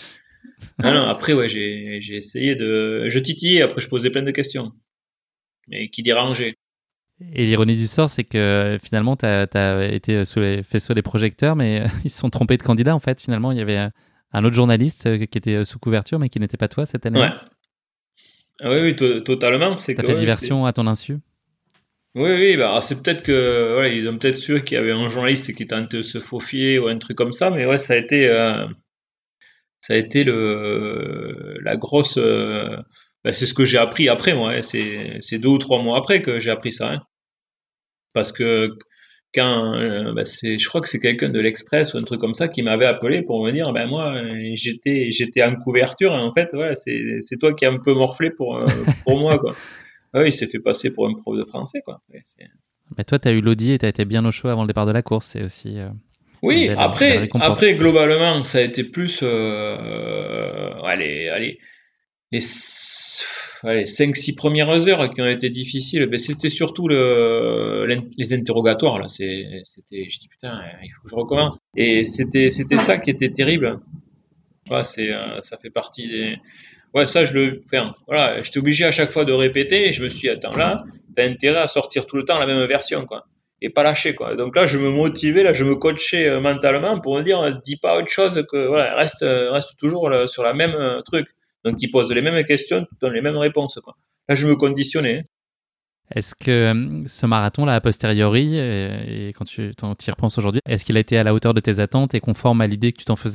Non, non, après, ouais, j'ai, j'ai essayé de. Je titillais, après, je posais plein de questions, mais qui dérangeaient. Et l'ironie du sort, c'est que finalement, tu as été sous les, fait sous les projecteurs, mais ils se sont trompés de candidat. En fait, finalement, il y avait un autre journaliste qui était sous couverture, mais qui n'était pas toi cette année. Ouais. Ah, oui, oui, to- totalement. C'est T'as que, fait ouais, diversion c'est... à ton insu. Oui, oui, bah, c'est peut-être que, ouais, ils ont peut-être su qu'il y avait un journaliste qui tentait de se faufiler ou un truc comme ça, mais ouais, ça a été, euh, ça a été le, la grosse, euh, bah, c'est ce que j'ai appris après, moi, hein. c'est, c'est deux ou trois mois après que j'ai appris ça, hein. Parce que quand, euh, bah, c'est, je crois que c'est quelqu'un de l'Express ou un truc comme ça qui m'avait appelé pour me dire, ben moi, euh, j'étais, j'étais en couverture, et en fait, voilà, c'est, c'est toi qui as un peu morflé pour, euh, pour moi, quoi. Ouais, il s'est fait passer pour un prof de français, quoi. Ouais, c'est... Mais toi, tu as eu l'audit et tu as été bien au chaud avant le départ de la course. C'est aussi euh, Oui, une belle, après, belle récompense. après, globalement, ça a été plus, euh, allez, allez, les, allez, cinq six premières heures qui ont été difficiles, ben, c'était surtout le, les interrogatoires, là. C'est, c'était, je dis, putain, il faut que je recommence. Et c'était, c'était ça qui était terrible. Ouais, c'est, euh, ça fait partie des, ouais, ça, je le, enfin, voilà, j'étais obligé à chaque fois de répéter, et je me suis dit, attends, là, t'as intérêt à sortir tout le temps la même version, quoi. Et pas lâcher, quoi. Donc là, je me motivais, là, je me coachais euh, mentalement pour me dire, euh, dis pas autre chose que, voilà, reste, euh, reste toujours là, sur la même euh, truc. Donc, ils posent les mêmes questions, tu donnes les mêmes réponses, quoi. Là, je me conditionnais. Est-ce que euh, ce marathon-là, a posteriori, et, et quand tu y repenses aujourd'hui, est-ce qu'il a été à la hauteur de tes attentes et conforme à l'idée que tu t'en faisais ?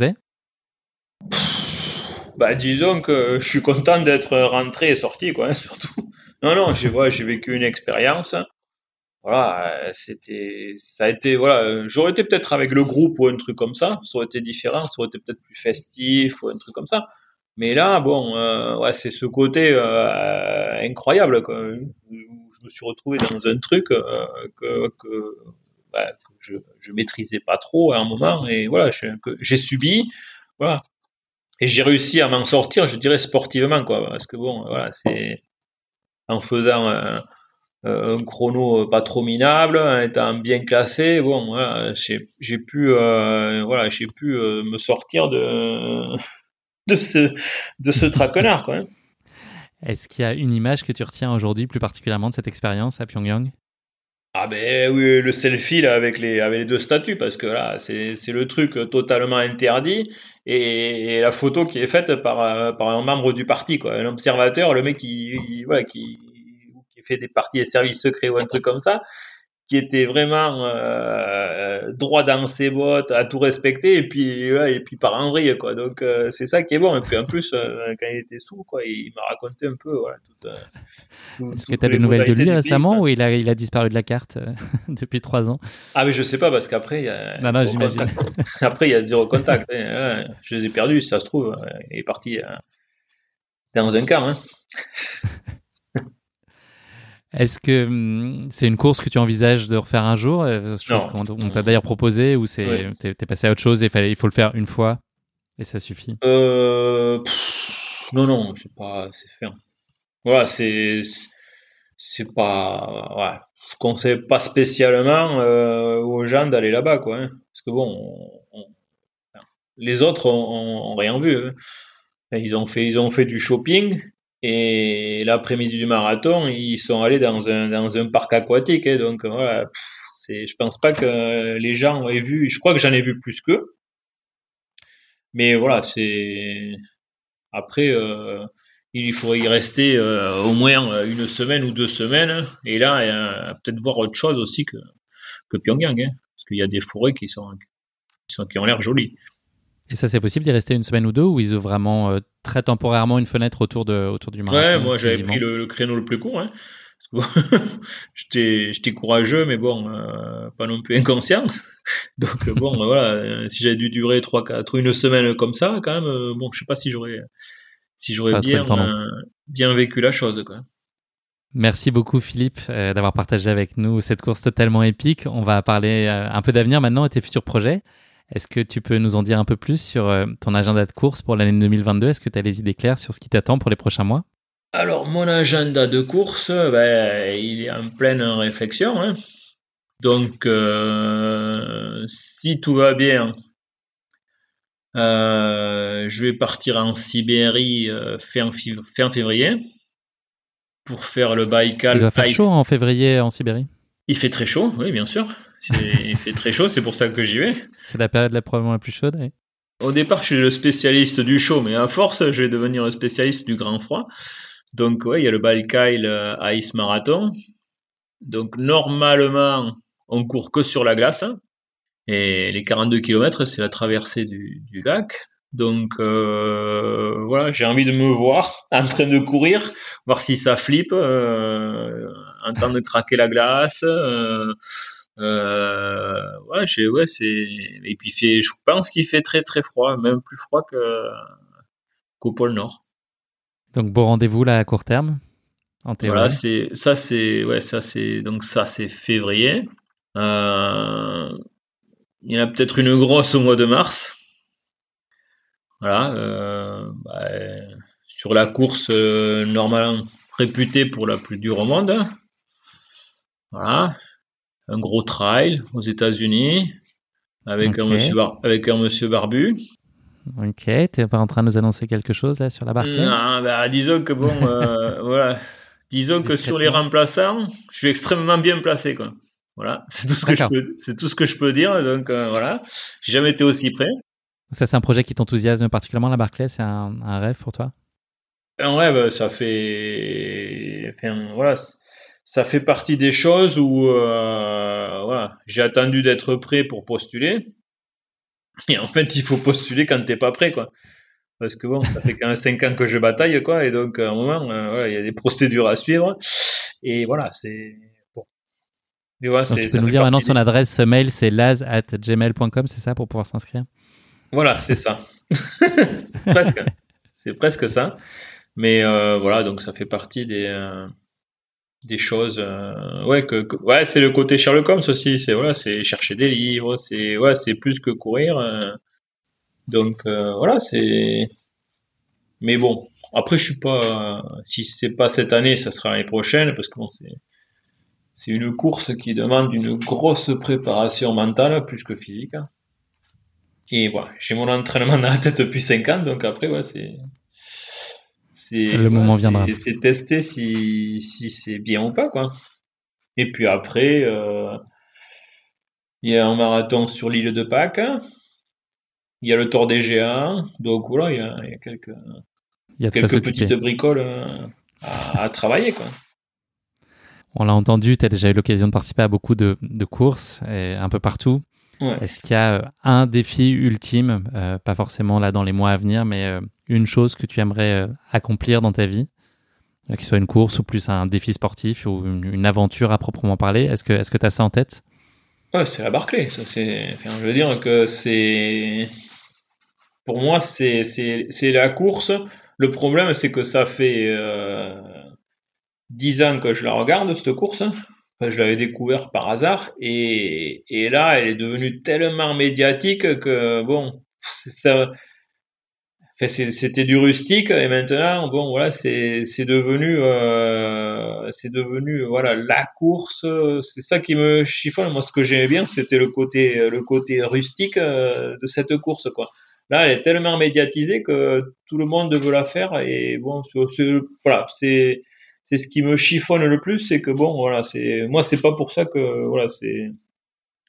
Bah, disons que je suis content d'être rentré et sorti, quoi, hein, surtout. Non, non, j'ai, ouais, j'ai vécu une expérience. Voilà, c'était, ça a été, voilà, j'aurais été peut-être avec le groupe ou un truc comme ça, ça aurait été différent, ça aurait été peut-être plus festif ou un truc comme ça. Mais là, bon, euh, ouais, c'est ce côté euh, incroyable, quoi, où je me suis retrouvé dans un truc euh, que, que, bah, que je, je maîtrisais pas trop à un moment, et voilà, je, que j'ai subi, voilà, et j'ai réussi à m'en sortir, je dirais sportivement, quoi, parce que bon, voilà, c'est en faisant euh, un chrono pas trop minable, en étant bien classé, bon, voilà, j'ai, j'ai pu, euh, voilà, j'ai pu euh, me sortir de de ce de ce traquenard, quoi, hein. Est-ce qu'il y a une image que tu retiens aujourd'hui plus particulièrement de cette expérience à Pyongyang ? Ah ben oui, le selfie là avec les avec les deux statues, parce que là c'est c'est le truc totalement interdit, et, et la photo qui est faite par par un membre du parti, quoi, un observateur, le mec qui qui, voilà, qui qui fait des parties des services secrets ou un truc comme ça, qui était vraiment euh, droit dans ses bottes, à tout respecter, et puis ouais, et puis par en vrille, quoi. Donc euh, c'est ça qui est bon. Et puis en plus, euh, quand il était sous, quoi, il m'a raconté un peu, voilà, toute, euh, tout, Est-ce que toutes tu as des les nouvelles de modalités lui du récemment, pays, quoi. ou il a, il a disparu de la carte euh, depuis trois ans ? Ah mais je sais pas, parce qu'après il y a Non, non, zéro j'imagine. contact. Après il y a zéro contact, hein. Ouais, je les ai perdus, si ça se trouve, euh, il est parti euh, dans un camp, hein. Est-ce que hum, c'est une course que tu envisages de refaire un jour, euh, chose Non. qu'on on t'a d'ailleurs proposé, ou c'est, Ouais. t'es, t'es passé à autre chose et fallait, il faut le faire une fois et ça suffit ? Euh, pff, non non, c'est pas, c'est fait. Voilà, c'est c'est pas, ouais, je conseille pas spécialement euh, aux gens d'aller là-bas, quoi, hein. Parce que bon, on, on, les autres ont, ont rien vu, hein. Ils ont fait, ils ont fait du shopping, et l'après-midi du marathon, ils sont allés dans un dans un parc aquatique, hein. Donc voilà, C'est, je pense pas que les gens aient vu. Je crois que j'en ai vu plus qu'eux. Mais voilà, c'est après. Euh, il faudrait y rester euh, au moins une semaine ou deux semaines. Et là, euh, peut-être voir autre chose aussi que, que Pyongyang. Hein, parce qu'il y a des forêts qui, sont, qui, sont, qui ont l'air jolies. Et ça, c'est possible d'y rester une semaine ou deux, ou ils ouvrent vraiment euh, très temporairement une fenêtre autour, de, autour du marathon? Ouais, moi j'avais pris le, le créneau le plus court. Hein. Parce que, bon, j'étais, j'étais courageux, mais bon, euh, pas non plus inconscient. Donc bon, voilà, si j'avais dû durer trois, quatre, une semaine comme ça, quand même, euh, bon, je sais pas si j'aurais... si j'aurais bien, temps, euh, bien vécu la chose, quoi. Merci beaucoup Philippe euh, d'avoir partagé avec nous cette course totalement épique. On va parler euh, un peu d'avenir maintenant et tes futurs projets. Est-ce que tu peux nous en dire un peu plus sur euh, ton agenda de course pour l'année deux mille vingt-deux? Est-ce que tu as les idées claires sur ce qui t'attend pour les prochains mois? Alors mon agenda de course, ben, il est en pleine réflexion. Hein. Donc euh, si tout va bien, Euh, je vais partir en Sibérie euh, fin, fin février pour faire le Baïkal. Il doit faire Ice. chaud en février en Sibérie? Il fait très chaud, oui, bien sûr. Il fait très chaud, c'est pour ça que j'y vais. C'est la période la probablement la plus chaude. Oui. Au départ, je suis le spécialiste du chaud, mais à force, je vais devenir le spécialiste du grand froid. Donc, ouais, il y a le Baïkal Ice Marathon. Donc, normalement, on court que sur la glace. Et les quarante-deux kilomètres, c'est la traversée du, du lac. Donc euh, voilà, j'ai envie de me voir en train de courir, voir si ça flippe, euh, entendre craquer la glace. Euh, euh, ouais, j'ai, ouais, c'est et puis fait, je pense qu'il fait très très froid, même plus froid que qu'au pôle Nord. Donc beau rendez-vous là à court terme, en théorie. Voilà, c'est ça, c'est ouais, ça c'est donc ça c'est février. Euh, Il y en a peut-être une grosse au mois de mars. Voilà. Euh, bah, sur la course euh, normalement réputée pour la plus dure au monde. Voilà. Un gros trail aux États-Unis avec okay. un monsieur bar- avec un monsieur barbu. Ok. T'es pas en train de nous annoncer quelque chose là sur la Barclay? Non, bah, disons que bon, euh, voilà. Disons que sur les remplaçants, je suis extrêmement bien placé, quoi. Voilà, c'est tout ce que je peux, c'est tout ce que je peux dire. Donc euh, voilà, j'ai jamais été aussi près. Ça, c'est un projet qui t'enthousiasme particulièrement, la Barclay. C'est un, un rêve pour toi? Un rêve, ça fait, enfin voilà, ça fait partie des choses où euh, voilà, j'ai attendu d'être prêt pour postuler. Et en fait, il faut postuler quand t'es pas prêt, quoi. Parce que bon, ça fait quand même cinq ans que je bataille, quoi. Et donc à un moment, euh, voilà, il y a des procédures à suivre. Et voilà, c'est Et voilà, donc, c'est, tu peux nous dire maintenant des... son adresse mail, c'est laz arobase gmail point com, c'est ça, pour pouvoir s'inscrire? Voilà, c'est ça. Presque. C'est presque ça. Mais euh, voilà, donc ça fait partie des, euh, des choses. Euh, ouais, que, que, ouais, c'est le côté Sherlock Holmes aussi. C'est, voilà, c'est chercher des livres, c'est, ouais, c'est plus que courir. Euh, donc euh, voilà, c'est. Mais bon, après, je suis pas. Euh, si c'est pas cette année, ça sera l'année prochaine, parce que bon, c'est. C'est une course qui demande une grosse préparation mentale, plus que physique. Et voilà, j'ai mon entraînement dans la tête depuis cinq ans, donc après, ouais, c'est, c'est, le ouais, moment c'est, viendra. C'est tester si, si c'est bien ou pas, quoi. Et puis après, euh, il y a un marathon sur l'île de Pâques, il y a le Tour des Géants, donc voilà, il y a, il y a quelques, il y a quelques petites bricoles à, à travailler, quoi. On l'a entendu, tu as déjà eu l'occasion de participer à beaucoup de, de courses, et un peu partout. Ouais. Est-ce qu'il y a un défi ultime, euh, pas forcément là dans les mois à venir, mais euh, une chose que tu aimerais euh, accomplir dans ta vie, euh, qu'il soit une course ou plus un défi sportif ou une, une aventure à proprement parler? Est-ce que est-ce que tu as ça en tête? Ouais, c'est la Barclay. Ça, c'est... Enfin, je veux dire que c'est... Pour moi, c'est, c'est, c'est la course. Le problème, c'est que ça fait euh, dix ans que je la regarde, cette course. Enfin, je l'avais découvert par hasard. Et, et là, elle est devenue tellement médiatique que, bon, ça... Enfin, c'était du rustique et maintenant, bon, voilà, c'est, c'est devenu, euh, c'est devenu, voilà, la course. C'est ça qui me chiffonne. Moi, ce que j'aimais bien, c'était le côté, le côté rustique de cette course, quoi. Là, elle est tellement médiatisée que tout le monde veut la faire et bon, c'est, voilà, c'est, c'est ce qui me chiffonne le plus, c'est que bon, voilà, c'est, moi, c'est pas pour ça que, voilà, c'est,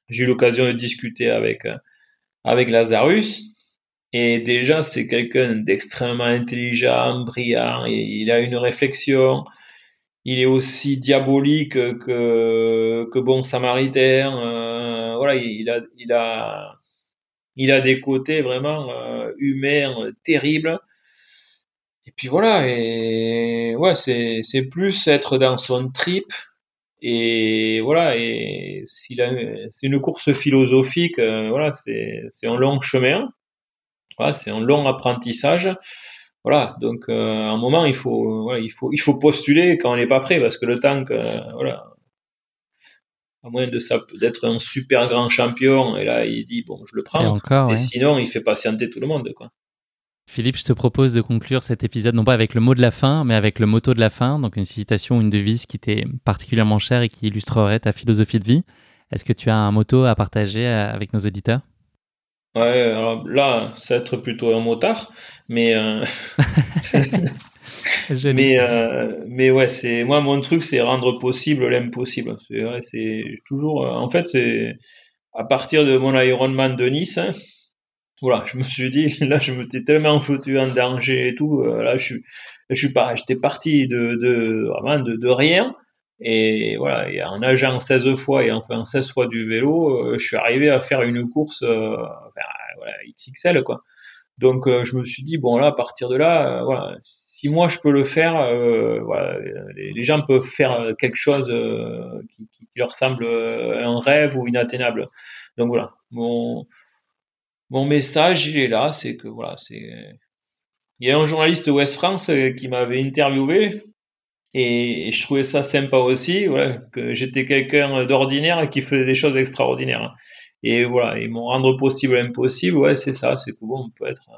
j'ai eu l'occasion de discuter avec avec Lazarus. Et déjà, c'est quelqu'un d'extrêmement intelligent, brillant, et il a une réflexion. Il est aussi diabolique que, que bon samaritain. Euh, voilà, il a, il a, il a des côtés vraiment euh, humains terribles. Et puis voilà, et ouais, c'est, c'est plus être dans son trip. Et voilà, et s'il a, c'est une course philosophique. Euh, voilà, c'est, c'est un long chemin. Voilà, c'est un long apprentissage. Voilà, donc euh, à un moment il faut, voilà, il faut, il faut postuler quand on n'est pas prêt, parce que le temps que, voilà, à moins de ça, d'être un super grand champion, et là il dit bon, je le prends. Et encore, et ouais. Sinon, il fait patienter tout le monde, quoi. Philippe, je te propose de conclure cet épisode non pas avec le mot de la fin, mais avec le motto de la fin, donc une citation, une devise qui t'est particulièrement chère et qui illustrerait ta philosophie de vie. Est-ce que tu as un motto à partager avec nos auditeurs ? Ouais, alors là, ça va être plutôt un motard, mais euh... mais euh, mais ouais, c'est moi mon truc, c'est rendre possible l'impossible. C'est vrai, c'est toujours, en fait, c'est à partir de mon Ironman de Nice. Hein, voilà, je me suis dit, là, je m'étais tellement foutu en danger et tout. Euh, là, je suis, je suis pas, j'étais parti de, de vraiment de, de rien. Et voilà, et en nageant seize fois et en faisant seize fois du vélo, euh, je suis arrivé à faire une course, euh, enfin, voilà, X X L, quoi. Donc, euh, je me suis dit, bon, là, à partir de là, euh, voilà, si moi je peux le faire, euh, voilà, les, les gens peuvent faire quelque chose euh, qui, qui, qui leur semble un rêve ou inatteignable. Donc voilà, mon mon message, il est là, c'est que voilà, c'est. Il y a un journaliste de Ouest France qui m'avait interviewé et je trouvais ça sympa aussi, voilà, que j'étais quelqu'un d'ordinaire et qui faisait des choses extraordinaires. Et voilà, ils m'ont rendre possible l'impossible, ouais, c'est ça, c'est que bon, on peut être,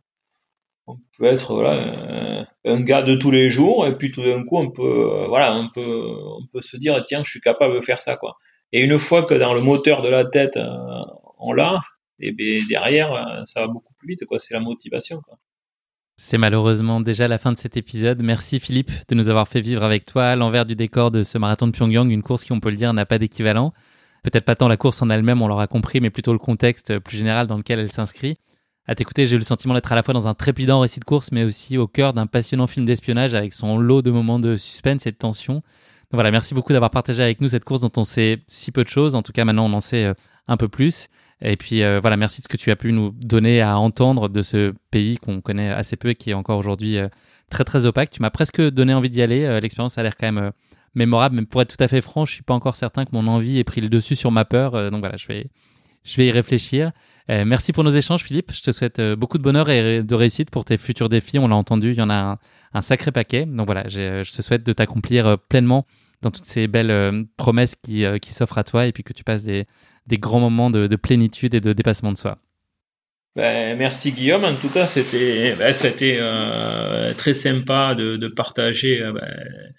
on peut être voilà, un gars de tous les jours et puis tout d'un coup, on peut, voilà, on peut, on peut se dire tiens, je suis capable de faire ça, quoi. Et une fois que dans le moteur de la tête, on l'a, et bien derrière, ça va beaucoup plus vite, quoi. C'est la motivation, quoi. C'est malheureusement déjà la fin de cet épisode. Merci Philippe de nous avoir fait vivre avec toi l'envers du décor de ce marathon de Pyongyang, une course qui, on peut le dire, n'a pas d'équivalent. Peut-être pas tant la course en elle-même, on l'aura compris, mais plutôt le contexte plus général dans lequel elle s'inscrit. À t'écouter, j'ai eu le sentiment d'être à la fois dans un trépidant récit de course, mais aussi au cœur d'un passionnant film d'espionnage avec son lot de moments de suspense et de tension. Donc voilà, merci beaucoup d'avoir partagé avec nous cette course dont on sait si peu de choses. En tout cas, maintenant, on en sait un peu plus. Et puis euh, voilà, merci de ce que tu as pu nous donner à entendre de ce pays qu'on connaît assez peu et qui est encore aujourd'hui euh, très très opaque. Tu m'as presque donné envie d'y aller. Euh, l'expérience a l'air quand même euh, mémorable, mais pour être tout à fait franc, je suis pas encore certain que mon envie ait pris le dessus sur ma peur. Euh, donc voilà, je vais, je vais y réfléchir. Euh, merci pour nos échanges, Philippe. Je te souhaite euh, beaucoup de bonheur et de réussite pour tes futurs défis. On l'a entendu, il y en a un, un sacré paquet. Donc voilà, j'ai, je te souhaite de t'accomplir euh, pleinement dans toutes ces belles euh, promesses qui, euh, qui s'offrent à toi et puis que tu passes des des grands moments de, de plénitude et de dépassement de soi. Ben, merci Guillaume, en tout cas c'était, ben, c'était euh, très sympa de, de partager ben,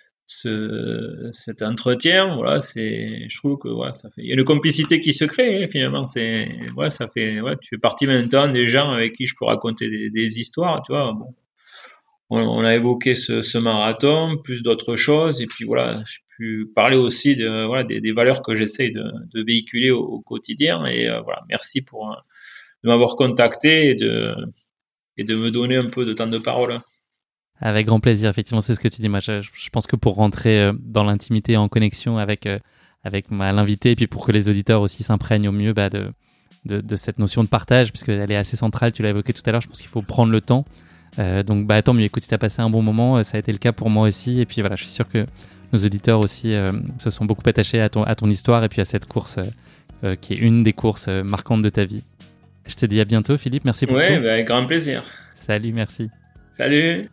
ce, cet entretien. Voilà, c'est, je trouve que voilà, ça fait, il y a une complicité qui se crée hein, finalement. C'est, ouais, ça fait, ouais, tu fais partie maintenant des gens avec qui je peux raconter des, des histoires, tu vois. Bon, on, on a évoqué ce, ce marathon, plus d'autres choses, et puis voilà, j'ai pu parler aussi de voilà des, des valeurs que j'essaye de, de véhiculer au, au quotidien. Et euh, voilà, merci pour euh, de m'avoir contacté et de et de me donner un peu de temps de parole. Avec grand plaisir, effectivement, c'est ce que tu dis. Moi, je, je pense que pour rentrer dans l'intimité, en connexion avec euh, avec ma, l'invité, et puis pour que les auditeurs aussi s'imprègnent au mieux bah, de, de de cette notion de partage, puisqu'elle est assez centrale. Tu l'as évoqué tout à l'heure. Je pense qu'il faut prendre le temps. Euh, donc, bah, tant mieux. Écoute, si tu as passé un bon moment, ça a été le cas pour moi aussi. Et puis voilà, je suis sûr que nos auditeurs aussi euh, se sont beaucoup attachés à ton, à ton histoire et puis à cette course euh, qui est une des courses euh, marquantes de ta vie. Je te dis à bientôt, Philippe. Merci pour ouais, tout. Bah, avec grand plaisir. Salut, merci. Salut.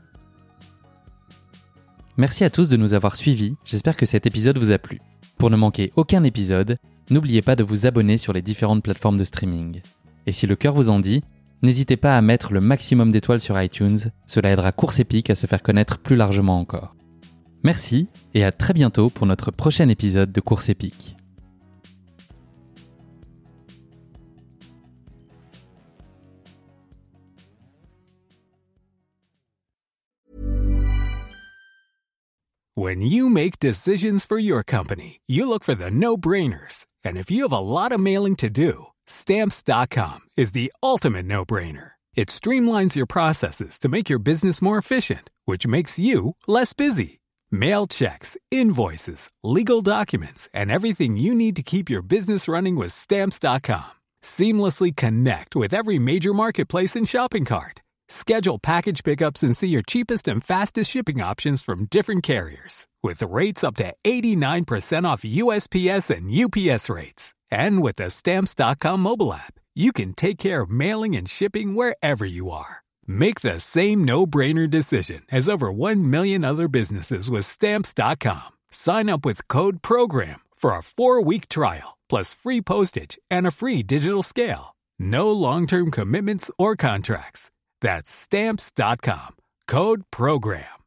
Merci à tous de nous avoir suivis. J'espère que cet épisode vous a plu. Pour ne manquer aucun épisode, n'oubliez pas de vous abonner sur les différentes plateformes de streaming. Et si le cœur vous en dit, n'hésitez pas à mettre le maximum d'étoiles sur iTunes, cela aidera Course Épique à se faire connaître plus largement encore. Merci et à très bientôt pour notre prochain épisode de Course Épique. When you make decisions for your company, you look for the no-brainers. And if you have a lot of mailing to do, Stamps dot com is the ultimate no-brainer. It streamlines your processes to make your business more efficient, which makes you less busy. Mail checks, invoices, legal documents, and everything you need to keep your business running with Stamps dot com. Seamlessly connect with every major marketplace and shopping cart. Schedule package pickups and see your cheapest and fastest shipping options from different carriers. With rates up to eighty-nine percent off U S P S and U P S rates. And with the Stamps dot com mobile app, you can take care of mailing and shipping wherever you are. Make the same no-brainer decision as over one million other businesses with Stamps dot com. Sign up with code PROGRAM for a four-week trial, plus free postage and a free digital scale. No long-term commitments or contracts. That's Stamps dot com. Code PROGRAM.